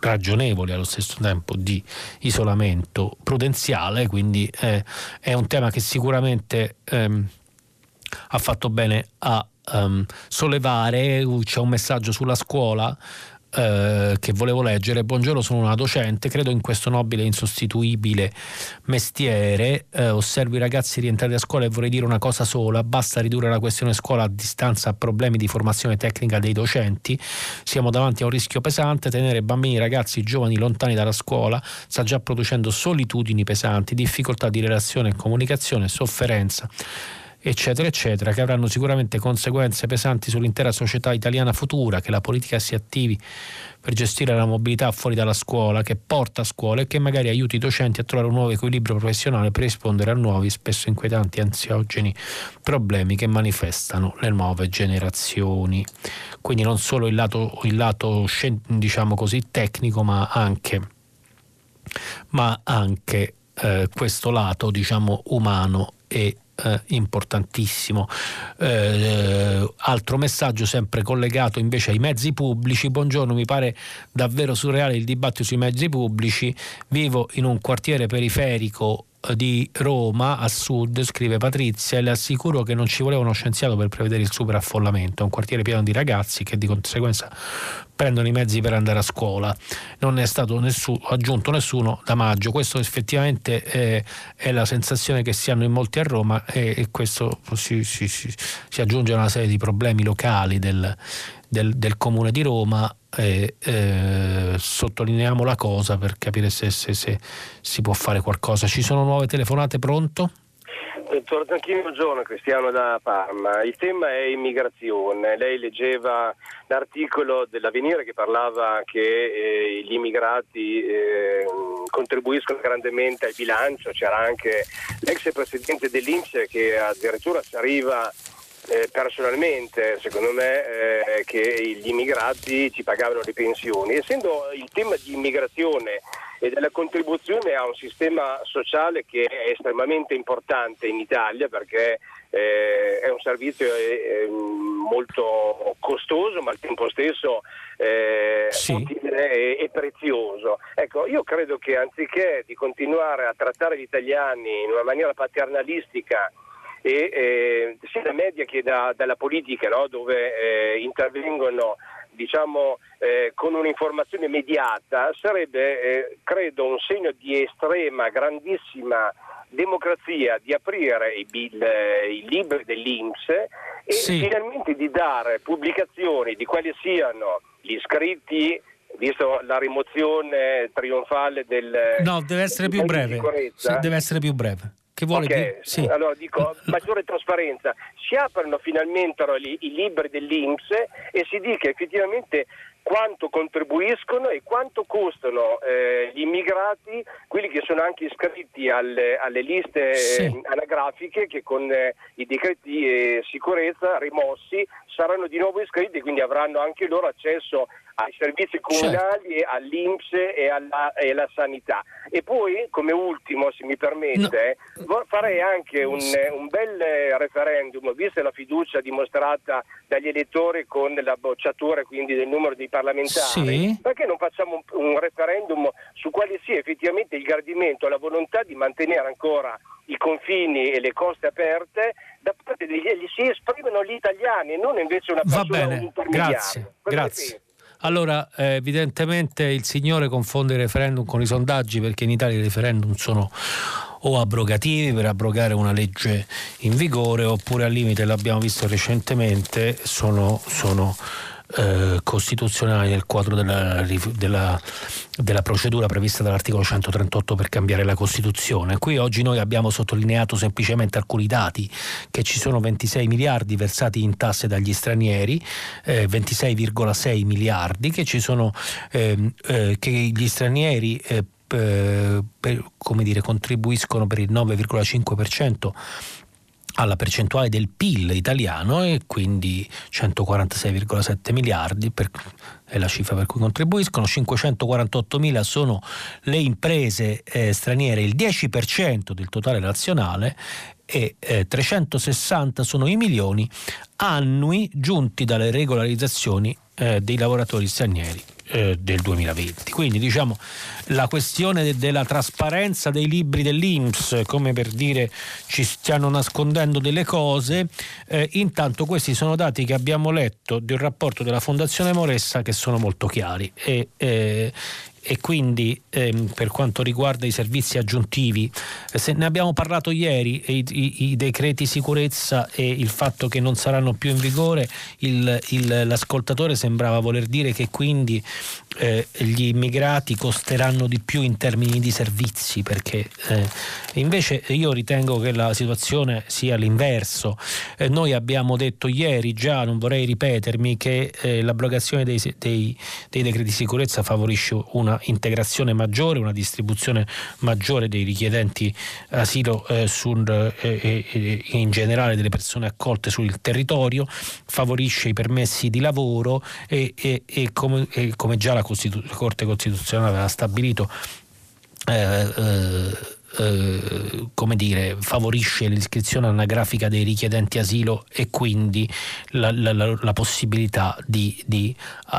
ragionevoli allo stesso tempo di isolamento prudenziale, quindi eh, è un tema che sicuramente ehm, ha fatto bene a um, sollevare. C'è un messaggio sulla scuola eh, che volevo leggere. Buongiorno, sono una docente, credo in questo nobile e insostituibile mestiere, eh, osservo i ragazzi rientrati a scuola e vorrei dire una cosa sola: basta ridurre la questione scuola a distanza a problemi di formazione tecnica dei docenti, siamo davanti a un rischio pesante. Tenere bambini, ragazzi, giovani lontani dalla scuola sta già producendo solitudini pesanti, difficoltà di relazione e comunicazione, sofferenza, eccetera eccetera, che avranno sicuramente conseguenze pesanti sull'intera società italiana futura. Che la politica si attivi per gestire la mobilità fuori dalla scuola, che porta a scuola e che magari aiuti i docenti a trovare un nuovo equilibrio professionale per rispondere a nuovi, spesso inquietanti e ansiogeni problemi che manifestano le nuove generazioni. Quindi non solo il lato, il lato diciamo così tecnico, ma anche ma anche eh, questo lato diciamo umano e Eh, importantissimo. Eh, altro messaggio sempre collegato invece ai mezzi pubblici. Buongiorno, mi pare davvero surreale il dibattito sui mezzi pubblici. Vivo in un quartiere periferico di Roma, a sud, scrive Patrizia, e le assicuro che non ci voleva uno scienziato per prevedere il superaffollamento. È un quartiere pieno di ragazzi che di conseguenza prendono i mezzi per andare a scuola. Non è stato nessuno, aggiunto nessuno da maggio. Questo effettivamente è, è la sensazione che si hanno in molti a Roma, e, e questo si, si, si, si aggiunge a una serie di problemi locali del, del, del Comune di Roma. E, eh, sottolineiamo la cosa per capire se, se, se si può fare qualcosa. Ci sono nuove telefonate, pronto? Dottor Zanchini, buongiorno, Cristiano da Parma. Il tema è immigrazione. Lei leggeva l'articolo dell'Avvenire che parlava che eh, gli immigrati eh, contribuiscono grandemente al bilancio. C'era anche l'ex presidente dell'I N P S che addirittura si arriva Eh, personalmente, secondo me, eh, che gli immigrati ci pagavano le pensioni. Essendo il tema di immigrazione e della contribuzione a un sistema sociale che è estremamente importante in Italia, perché eh, è un servizio eh, molto costoso, ma al tempo stesso eh, sì. utile e, e prezioso. Ecco, io credo che anziché di continuare a trattare gli italiani in una maniera paternalistica, e eh, sia da media che da, dalla politica, no? Dove eh, intervengono diciamo eh, con un'informazione immediata, sarebbe eh, credo un segno di estrema, grandissima democrazia di aprire i, il, i libri dell'I N P S e sì. finalmente di dare pubblicazioni di quali siano gli iscritti, visto la rimozione trionfale del... No, deve essere più breve. Sì, deve essere più breve. Che vuole okay. dire? Sì. Allora dico, maggiore trasparenza, si aprono finalmente i, i libri dell'I N P S e si dica effettivamente quanto contribuiscono e quanto costano eh, gli immigrati, quelli che sono anche iscritti alle, alle liste sì. eh, anagrafiche, che con eh, i decreti di eh, sicurezza rimossi saranno di nuovo iscritti, quindi avranno anche loro accesso ai servizi comunali, certo. all'I N P S e alla, e alla sanità. E poi, come ultimo, se mi permette, no. farei anche un, un bel referendum, vista la fiducia dimostrata dagli elettori con la bocciatura quindi del numero dei parlamentari, sì. perché non facciamo un, un referendum su quale sia effettivamente il gradimento, la volontà di mantenere ancora i confini e le coste aperte da parte degli si esprimono gli italiani, non invece una persona, Va bene, un intermediario. Grazie, grazie. Allora, eh, evidentemente il signore confonde il referendum con i sondaggi, perché in Italia i referendum sono o abrogativi per abrogare una legge in vigore, oppure al limite, l'abbiamo visto recentemente, sono, sono eh, costituzionali nel quadro della, della, della procedura prevista dall'articolo centotrentotto per cambiare la Costituzione. Qui oggi noi abbiamo sottolineato semplicemente alcuni dati: che ci sono ventisei miliardi versati in tasse dagli stranieri, eh, ventisei virgola sei miliardi, che ci sono eh, eh, che gli stranieri eh, per, come dire, contribuiscono per il nove virgola cinque per cento alla percentuale del P I L italiano, e quindi centoquarantasei virgola sette miliardi per, è la cifra per cui contribuiscono. cinquecentoquarantottomila sono le imprese eh, straniere, il dieci per cento del totale nazionale, e eh, trecentosessanta sono i milioni annui giunti dalle regolarizzazioni eh, dei lavoratori stranieri eh, del duemilaventi. Quindi diciamo la questione de- della trasparenza dei libri dell'I N P S, come per dire ci stiano nascondendo delle cose, eh, intanto questi sono dati che abbiamo letto di un rapporto della Fondazione Moressa che sono molto chiari e eh, e quindi ehm, per quanto riguarda i servizi aggiuntivi, eh, se ne abbiamo parlato ieri, i, i, i decreti sicurezza e il fatto che non saranno più in vigore, il, il, l'ascoltatore sembrava voler dire che quindi eh, gli immigrati costeranno di più in termini di servizi, perché eh, invece io ritengo che la situazione sia l'inverso. Eh, noi abbiamo detto ieri già, non vorrei ripetermi, che eh, l'abrogazione dei, dei, dei decreti sicurezza favorisce una integrazione maggiore, una distribuzione maggiore dei richiedenti asilo eh, sul, eh, eh, in generale delle persone accolte sul territorio, favorisce i permessi di lavoro e, e, e, come, e come già la, Costitu- la Corte Costituzionale aveva stabilito, eh, eh, Eh, come dire, favorisce l'iscrizione anagrafica dei richiedenti asilo e quindi la, la, la, la possibilità di, di a,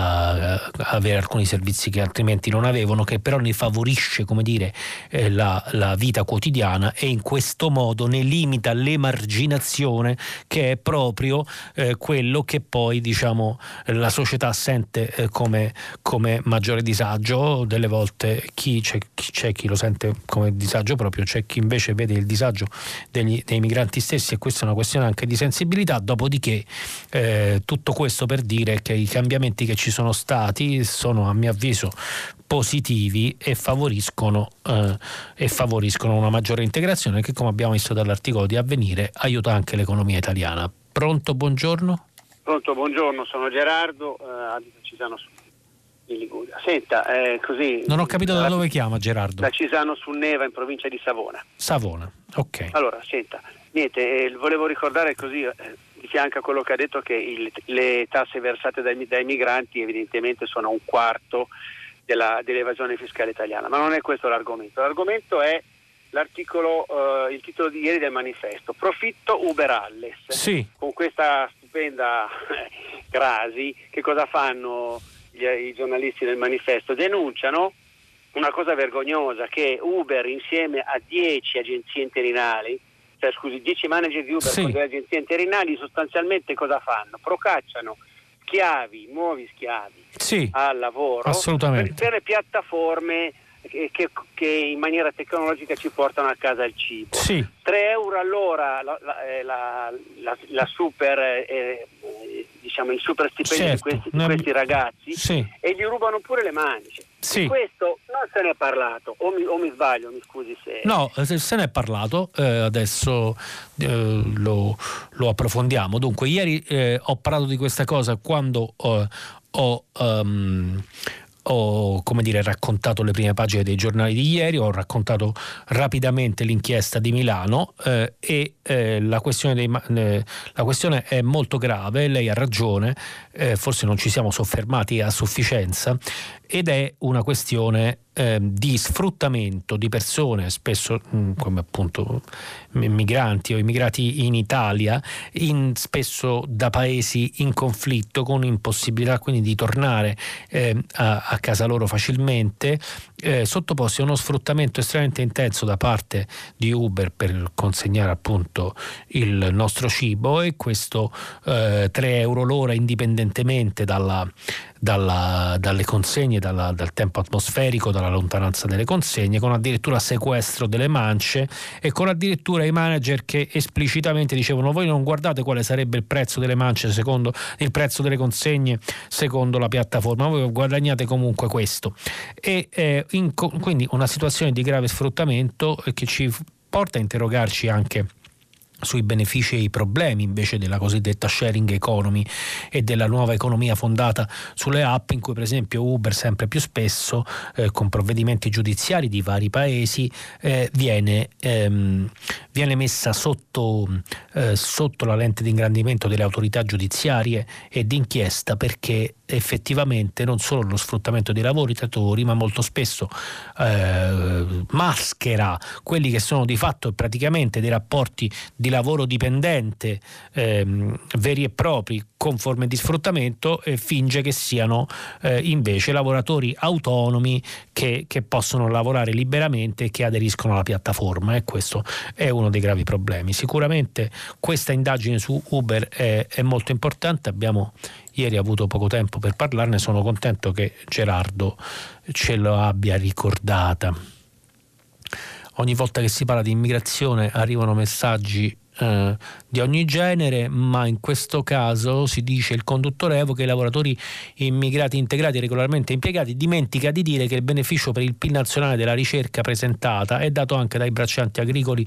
a, avere alcuni servizi che altrimenti non avevano, che però ne favorisce, come dire, eh, la, la vita quotidiana e in questo modo ne limita l'emarginazione, che è proprio eh, quello che poi, diciamo, la società sente eh, come, come maggiore disagio. Delle volte chi c'è, chi c'è chi lo sente come disagio proprio, c'è chi invece vede il disagio degli, dei migranti stessi, e questa è una questione anche di sensibilità. Dopodiché eh, tutto questo per dire che i cambiamenti che ci sono stati sono, a mio avviso, positivi e favoriscono eh, e favoriscono una maggiore integrazione che, come abbiamo visto dall'articolo di Avvenire, aiuta anche l'economia italiana. Pronto, buongiorno? Pronto, buongiorno, sono Gerardo, eh, abito a Cisano in Liguria. Senta, eh, così... Non ho capito da dove chiama Gerardo. Da Cisano sul Neva, in provincia di Savona. Savona, ok. Allora, senta, niente, eh, volevo ricordare così, eh, di fianco a quello che ha detto, che il, le tasse versate dai, dai migranti evidentemente sono un quarto della, dell'evasione fiscale italiana, ma non è questo l'argomento. L'argomento è l'articolo, eh, il titolo di ieri del manifesto, profitto Uber Alles. Sì. Con questa stupenda crasi, che cosa fanno gli, i giornalisti del manifesto? Denunciano una cosa vergognosa, che Uber insieme a dieci agenzie interinali, cioè scusi, dieci manager di Uber, sì, con delle agenzie interinali, sostanzialmente cosa fanno? Procacciano schiavi, nuovi schiavi, sì, al lavoro, assolutamente, per, per le piattaforme che, che, che in maniera tecnologica ci portano a casa il cibo. Sì. tre euro all'ora la, la, la, la, la super eh, diciamo il super stipendio, certo, di questi, di questi ragazzi, sì, e gli rubano pure le manice. Sì. Di questo non se ne è parlato, o mi, o mi sbaglio, mi scusi se... No, se ne è parlato, eh, adesso eh, lo, lo approfondiamo. Dunque, ieri eh, ho parlato di questa cosa quando eh, ho... Um, ho, come dire, raccontato le prime pagine dei giornali di ieri, ho raccontato rapidamente l'inchiesta di Milano eh, e eh, la, questione dei, eh, la questione è molto grave, lei ha ragione, eh, forse non ci siamo soffermati a sufficienza, ed è una questione eh, di sfruttamento di persone, spesso mh, come appunto migranti o immigrati in Italia, in, spesso da paesi in conflitto, con impossibilità quindi di tornare eh, a, a casa loro facilmente, eh, sottoposti a uno sfruttamento estremamente intenso da parte di Uber per consegnare appunto il nostro cibo, e questo eh, tre euro l'ora indipendentemente dalla Dalla, dalle consegne, dalla, dal tempo atmosferico, dalla lontananza delle consegne, con addirittura sequestro delle mance e con addirittura i manager che esplicitamente dicevano: voi non guardate quale sarebbe il prezzo delle mance secondo il prezzo delle consegne secondo la piattaforma, voi guadagnate comunque questo. E eh, in, quindi una situazione di grave sfruttamento che ci porta a interrogarci anche sui benefici e i problemi invece della cosiddetta sharing economy e della nuova economia fondata sulle app, in cui per esempio Uber sempre più spesso eh, con provvedimenti giudiziari di vari paesi eh, viene, ehm, viene messa sotto, eh, sotto la lente di ingrandimento delle autorità giudiziarie e d'inchiesta, perché effettivamente non solo lo sfruttamento dei lavoratori, ma molto spesso eh, maschera quelli che sono di fatto praticamente dei rapporti di lavoro dipendente eh, veri e propri con forme di sfruttamento, e finge che siano eh, invece lavoratori autonomi che, che possono lavorare liberamente e che aderiscono alla piattaforma, e questo è uno dei gravi problemi. Sicuramente questa indagine su Uber è, è molto importante, abbiamo ieri avuto poco tempo per parlarne, sono contento che Gerardo ce lo abbia ricordata. Ogni volta che si parla di immigrazione arrivano messaggi eh, di ogni genere, ma in questo caso si dice: il conduttore evoca i lavoratori immigrati integrati e regolarmente impiegati, dimentica di dire che il beneficio per il P I L nazionale della ricerca presentata è dato anche dai braccianti agricoli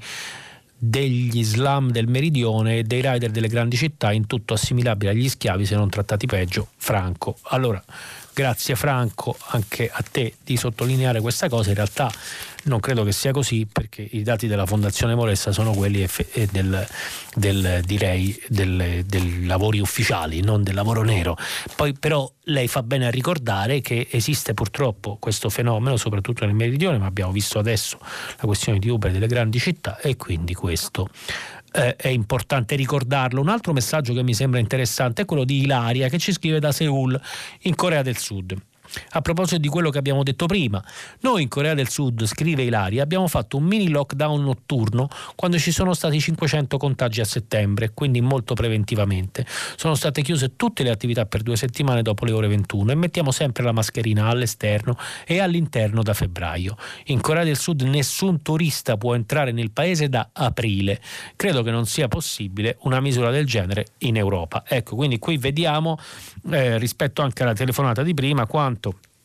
degli slam del meridione e dei rider delle grandi città, in tutto assimilabile agli schiavi se non trattati peggio. Franco. Allora, grazie Franco anche a te di sottolineare questa cosa. In realtà non credo che sia così, perché i dati della Fondazione Moressa sono quelli del, del direi del, del lavori ufficiali, non del lavoro nero. Poi però lei fa bene a ricordare che esiste purtroppo questo fenomeno soprattutto nel meridione, ma abbiamo visto adesso la questione di Uber delle grandi città, e quindi questo eh, è importante ricordarlo. Un altro messaggio che mi sembra interessante è quello di Ilaria, che ci scrive da Seul in Corea del Sud. A proposito di quello che abbiamo detto prima, noi in Corea del Sud, scrive Ilaria, abbiamo fatto un mini lockdown notturno quando ci sono stati cinquecento contagi a settembre, quindi molto preventivamente. Sono state chiuse tutte le attività per due settimane dopo le ore ventuno e mettiamo sempre la mascherina all'esterno e all'interno da febbraio. In Corea del Sud nessun turista può entrare nel paese da aprile. Credo che non sia possibile una misura del genere in Europa. Ecco, quindi qui vediamo eh, rispetto anche alla telefonata di prima quanto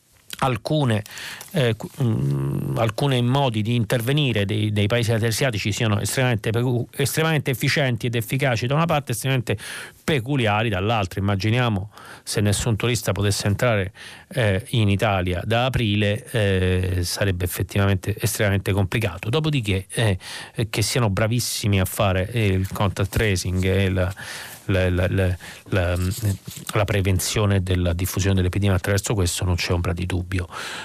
alcune eh, mh, alcuni modi di intervenire dei, dei paesi asiatici siano estremamente, estremamente efficienti ed efficaci da una parte, estremamente peculiari dall'altra. Immaginiamo se nessun turista potesse entrare eh, in Italia da aprile, eh, sarebbe effettivamente estremamente complicato. Dopodiché eh, che siano bravissimi a fare il contact tracing e la La, la, la, la, la prevenzione della diffusione dell'epidemia attraverso questo non c'è ombra di dubbio.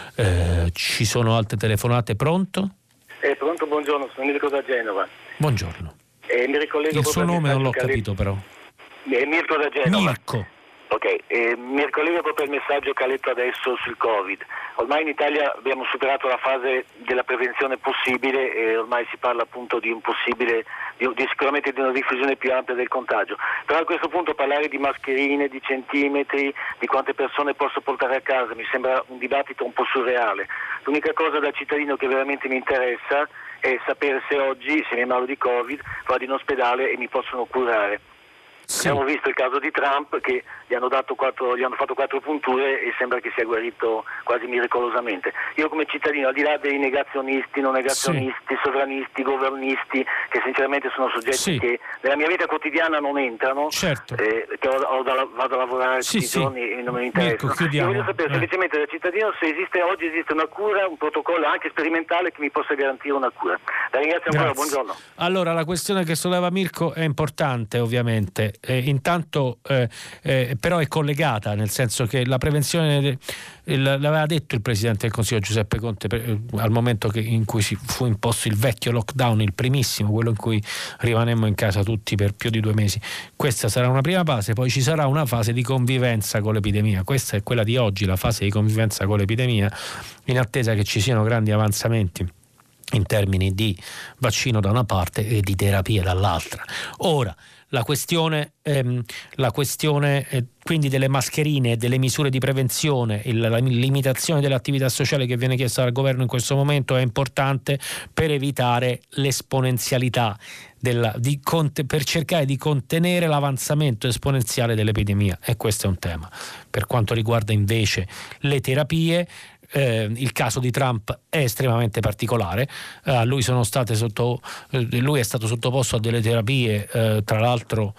Eh, ci sono altre telefonate? Pronto? Eh, pronto, buongiorno, sono Mirko da Genova. Buongiorno. Eh, mi ricollego il suo nome non l'ho capito capito però. Eh, Mirko da Genova. Mirko. Ok, eh, mi ricollego proprio al messaggio che ha letto adesso sul Covid. Ormai in Italia abbiamo superato la fase della prevenzione possibile e ormai si parla appunto di un possibile, di, di sicuramente di una diffusione più ampia del contagio. Però a questo punto parlare di mascherine, di centimetri, di quante persone posso portare a casa mi sembra un dibattito un po' surreale. L'unica cosa da cittadino che veramente mi interessa è sapere se oggi, se mi ammalo di Covid, vado in ospedale e mi possono curare. Sì. Abbiamo visto il caso di Trump che gli hanno, dato quattro, gli hanno fatto quattro punture e sembra che sia guarito quasi miracolosamente. Io come cittadino, al di là dei negazionisti, non negazionisti, sì. sovranisti, governisti, che sinceramente sono soggetti sì. che nella mia vita quotidiana non entrano, certo. eh, che ho, ho da, vado a lavorare sì, tutti i sì. giorni e non mi interessa. Ecco, io voglio sapere eh. semplicemente da cittadino se esiste oggi esiste una cura, un protocollo anche sperimentale che mi possa garantire una cura. La ringrazio ancora, buongiorno. Allora, la questione che solleva Mirko è importante ovviamente. Eh, intanto eh, eh, però è collegata, nel senso che la prevenzione eh, l'aveva detto il Presidente del Consiglio Giuseppe Conte per, eh, al momento che, in cui si fu imposto il vecchio lockdown, il primissimo, quello in cui rimanemmo in casa tutti per più di due mesi. Questa sarà una prima fase, poi ci sarà una fase di convivenza con l'epidemia. Questa è quella di oggi, la fase di convivenza con l'epidemia, in attesa che ci siano grandi avanzamenti in termini di vaccino da una parte e di terapia dall'altra. Ora, la questione, ehm, la questione eh, quindi delle mascherine e delle misure di prevenzione, il, la limitazione dell'attività sociale che viene chiesta dal governo in questo momento è importante per evitare l'esponenzialità della, di, per cercare di contenere l'avanzamento esponenziale dell'epidemia, e questo è un tema. Per quanto riguarda invece le terapie, Eh, il caso di Trump è estremamente particolare. Eh, lui, sono state sotto, eh, lui è stato sottoposto a delle terapie, eh, tra l'altro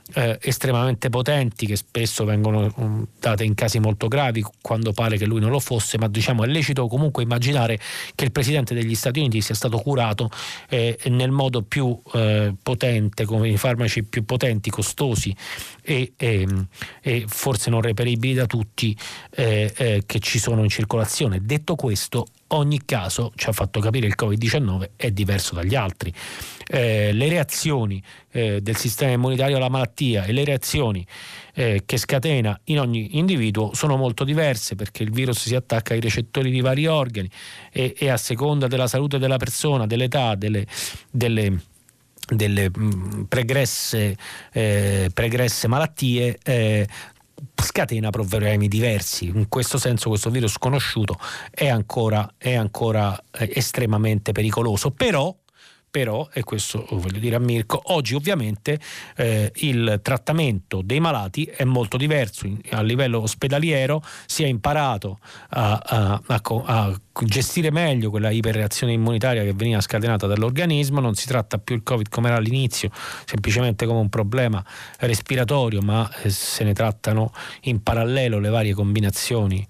eh, estremamente potenti che spesso vengono um, date in casi molto gravi quando pare che lui non lo fosse, ma diciamo è lecito comunque immaginare che il Presidente degli Stati Uniti sia stato curato eh, nel modo più eh, potente, con i farmaci più potenti, costosi e, e, e forse non reperibili da tutti eh, eh, che ci sono in circolazione. Detto questo, ogni caso ci ha fatto capire il covid diciannove è diverso dagli altri. Eh, le reazioni eh, del sistema immunitario alla malattia e le reazioni eh, che scatena in ogni individuo sono molto diverse, perché il virus si attacca ai recettori di vari organi e, e a seconda della salute della persona, dell'età, delle, delle delle mh, pregresse, eh, pregresse malattie eh, scatena problemi diversi. In questo senso questo virus sconosciuto è ancora, è ancora eh, estremamente pericoloso, però Però, e questo voglio dire a Mirko, oggi ovviamente eh, il trattamento dei malati è molto diverso. A livello ospedaliero si è imparato a, a, a, a gestire meglio quella iperreazione immunitaria che veniva scatenata dall'organismo. Non si tratta più il Covid come era all'inizio, semplicemente come un problema respiratorio, ma eh, se ne trattano in parallelo le varie combinazioni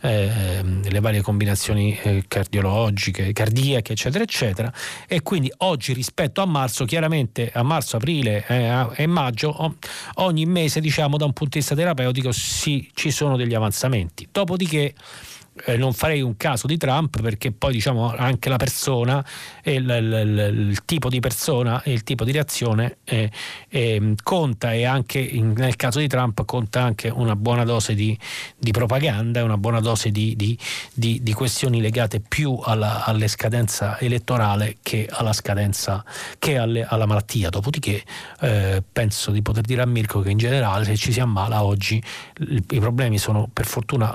Eh, le varie combinazioni eh, cardiologiche, cardiache, eccetera eccetera, e quindi oggi rispetto a marzo, chiaramente a marzo, aprile eh, e maggio, ogni mese, diciamo, da un punto di vista terapeutico sì, ci sono degli avanzamenti. Dopodiché Eh, non farei un caso di Trump, perché poi diciamo anche la persona e il, il, il tipo di persona e il tipo di reazione eh, eh, conta, e anche in, nel caso di Trump conta anche una buona dose di, di propaganda, una buona dose di, di, di, di questioni legate più alla, alle scadenza elettorale che alla scadenza che alle, alla malattia. Dopodiché eh, penso di poter dire a Mirko che in generale, se ci si ammala oggi, i, i problemi sono per fortuna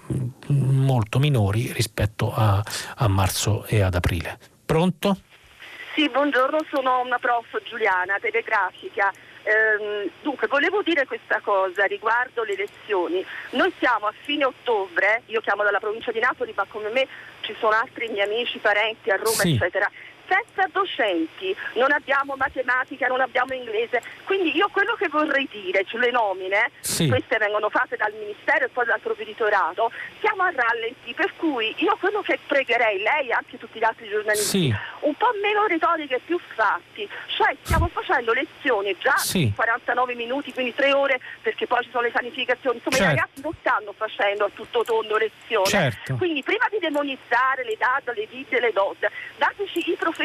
mh, molto minori rispetto a, a marzo e ad aprile. Pronto? Sì, buongiorno, sono una prof Giuliana, telegrafica. Ehm, dunque, volevo dire questa cosa riguardo le elezioni. Noi siamo a fine ottobre, io chiamo dalla provincia di Napoli, ma come me ci sono altri miei amici, parenti a Roma, sì, eccetera. Senza docenti, non abbiamo matematica, non abbiamo inglese, quindi io quello che vorrei dire sulle nomine, sì, queste vengono fatte dal Ministero e poi dal Provveditorato, siamo a rallenti, per cui io quello che pregherei, lei e anche tutti gli altri giornalisti, sì, un po' meno retoriche e più fatti, cioè stiamo facendo lezioni già, sì, quarantanove minuti, quindi tre ore, perché poi ci sono le sanificazioni, insomma, certo, i ragazzi non stanno facendo a tutto tondo lezione, certo, quindi prima di demonizzare le date, le vite, le dose, dateci i professori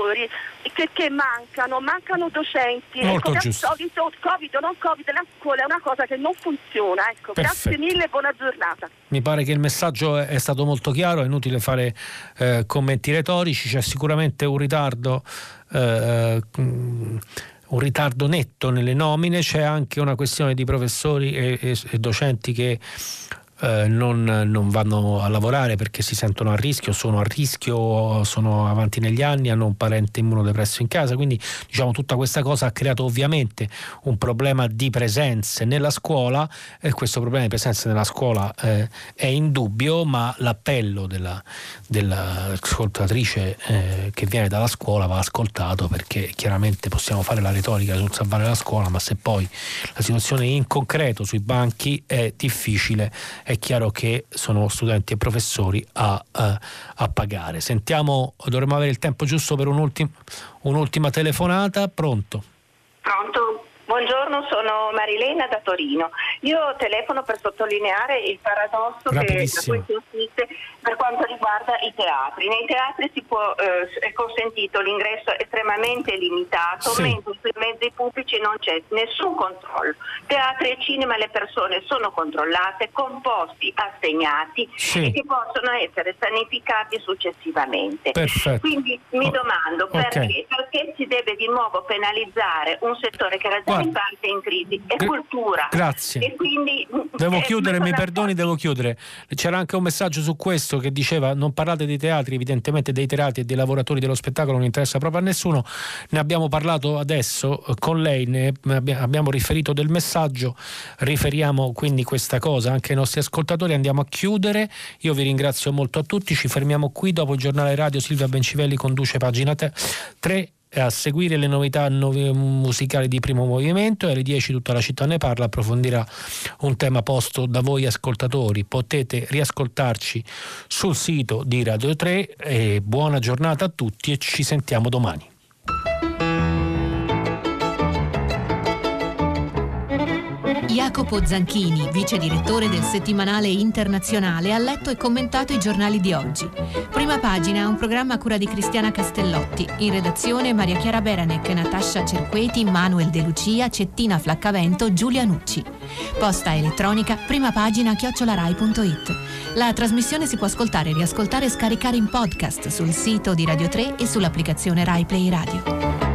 che, che mancano, mancano docenti. Molto ecco, giusto. solito, Covid o non Covid, la scuola è una cosa che non funziona. Ecco, grazie mille e buona giornata. Mi pare che il messaggio è stato molto chiaro, è inutile fare eh, commenti retorici, c'è sicuramente un ritardo eh, un ritardo netto nelle nomine, c'è anche una questione di professori e, e, e docenti che Eh, non, non vanno a lavorare perché si sentono a rischio, sono a rischio, sono avanti negli anni, hanno un parente immunodepresso in casa, quindi diciamo tutta questa cosa ha creato ovviamente un problema di presenze nella scuola, e questo problema di presenze nella scuola eh, è indubbio, ma l'appello della, dell'ascoltatrice eh, che viene dalla scuola va ascoltato, perché chiaramente possiamo fare la retorica sul salvare la scuola, ma se poi la situazione in concreto sui banchi è difficile, è chiaro che sono studenti e professori a, a, a pagare. Sentiamo, dovremmo avere il tempo giusto per un'ultima, un'ultima telefonata. Pronto? Pronto? Buongiorno, sono Marilena da Torino. Io telefono per sottolineare il paradosso che, da cui si assiste per quanto riguarda i teatri. Nei teatri si può, eh, è consentito l'ingresso estremamente limitato, sì, mentre sui mezzi pubblici non c'è nessun controllo. Teatri e cinema le persone sono controllate, con posti assegnati, sì, e che possono essere sanificati successivamente. Perfetto. Quindi mi oh, domando perché, okay. perché si deve di nuovo penalizzare un settore che era già in parte in crisi, è cultura. Grazie. E quindi devo chiudere, mi perdoni, devo chiudere. C'era anche un messaggio su questo che diceva: non parlate dei teatri, evidentemente dei teatri e dei lavoratori dello spettacolo non interessa proprio a nessuno. Ne abbiamo parlato adesso con lei, ne abbiamo riferito del messaggio, riferiamo quindi questa cosa anche ai nostri ascoltatori. Andiamo a chiudere, io vi ringrazio molto a tutti, ci fermiamo qui. Dopo il giornale radio Silvia Bencivelli conduce Pagina tre A seguire le novità musicali di Primo Movimento e alle dieci Tutta la città ne parla approfondirà un tema posto da voi ascoltatori. Potete riascoltarci sul sito di Radio tre e buona giornata a tutti e ci sentiamo domani. Jacopo Zanchini, vice direttore del settimanale Internazionale, ha letto e commentato i giornali di oggi. Prima Pagina è un programma a cura di Cristiana Castellotti. In redazione Maria Chiara Beranec, Natascia Cerqueti, Manuel De Lucia, Cettina Flaccavento, Giulia Nucci. Posta elettronica primapagina chiocciola rai punto it. La trasmissione si può ascoltare, riascoltare e scaricare in podcast sul sito di Radio tre e sull'applicazione Rai Play Radio.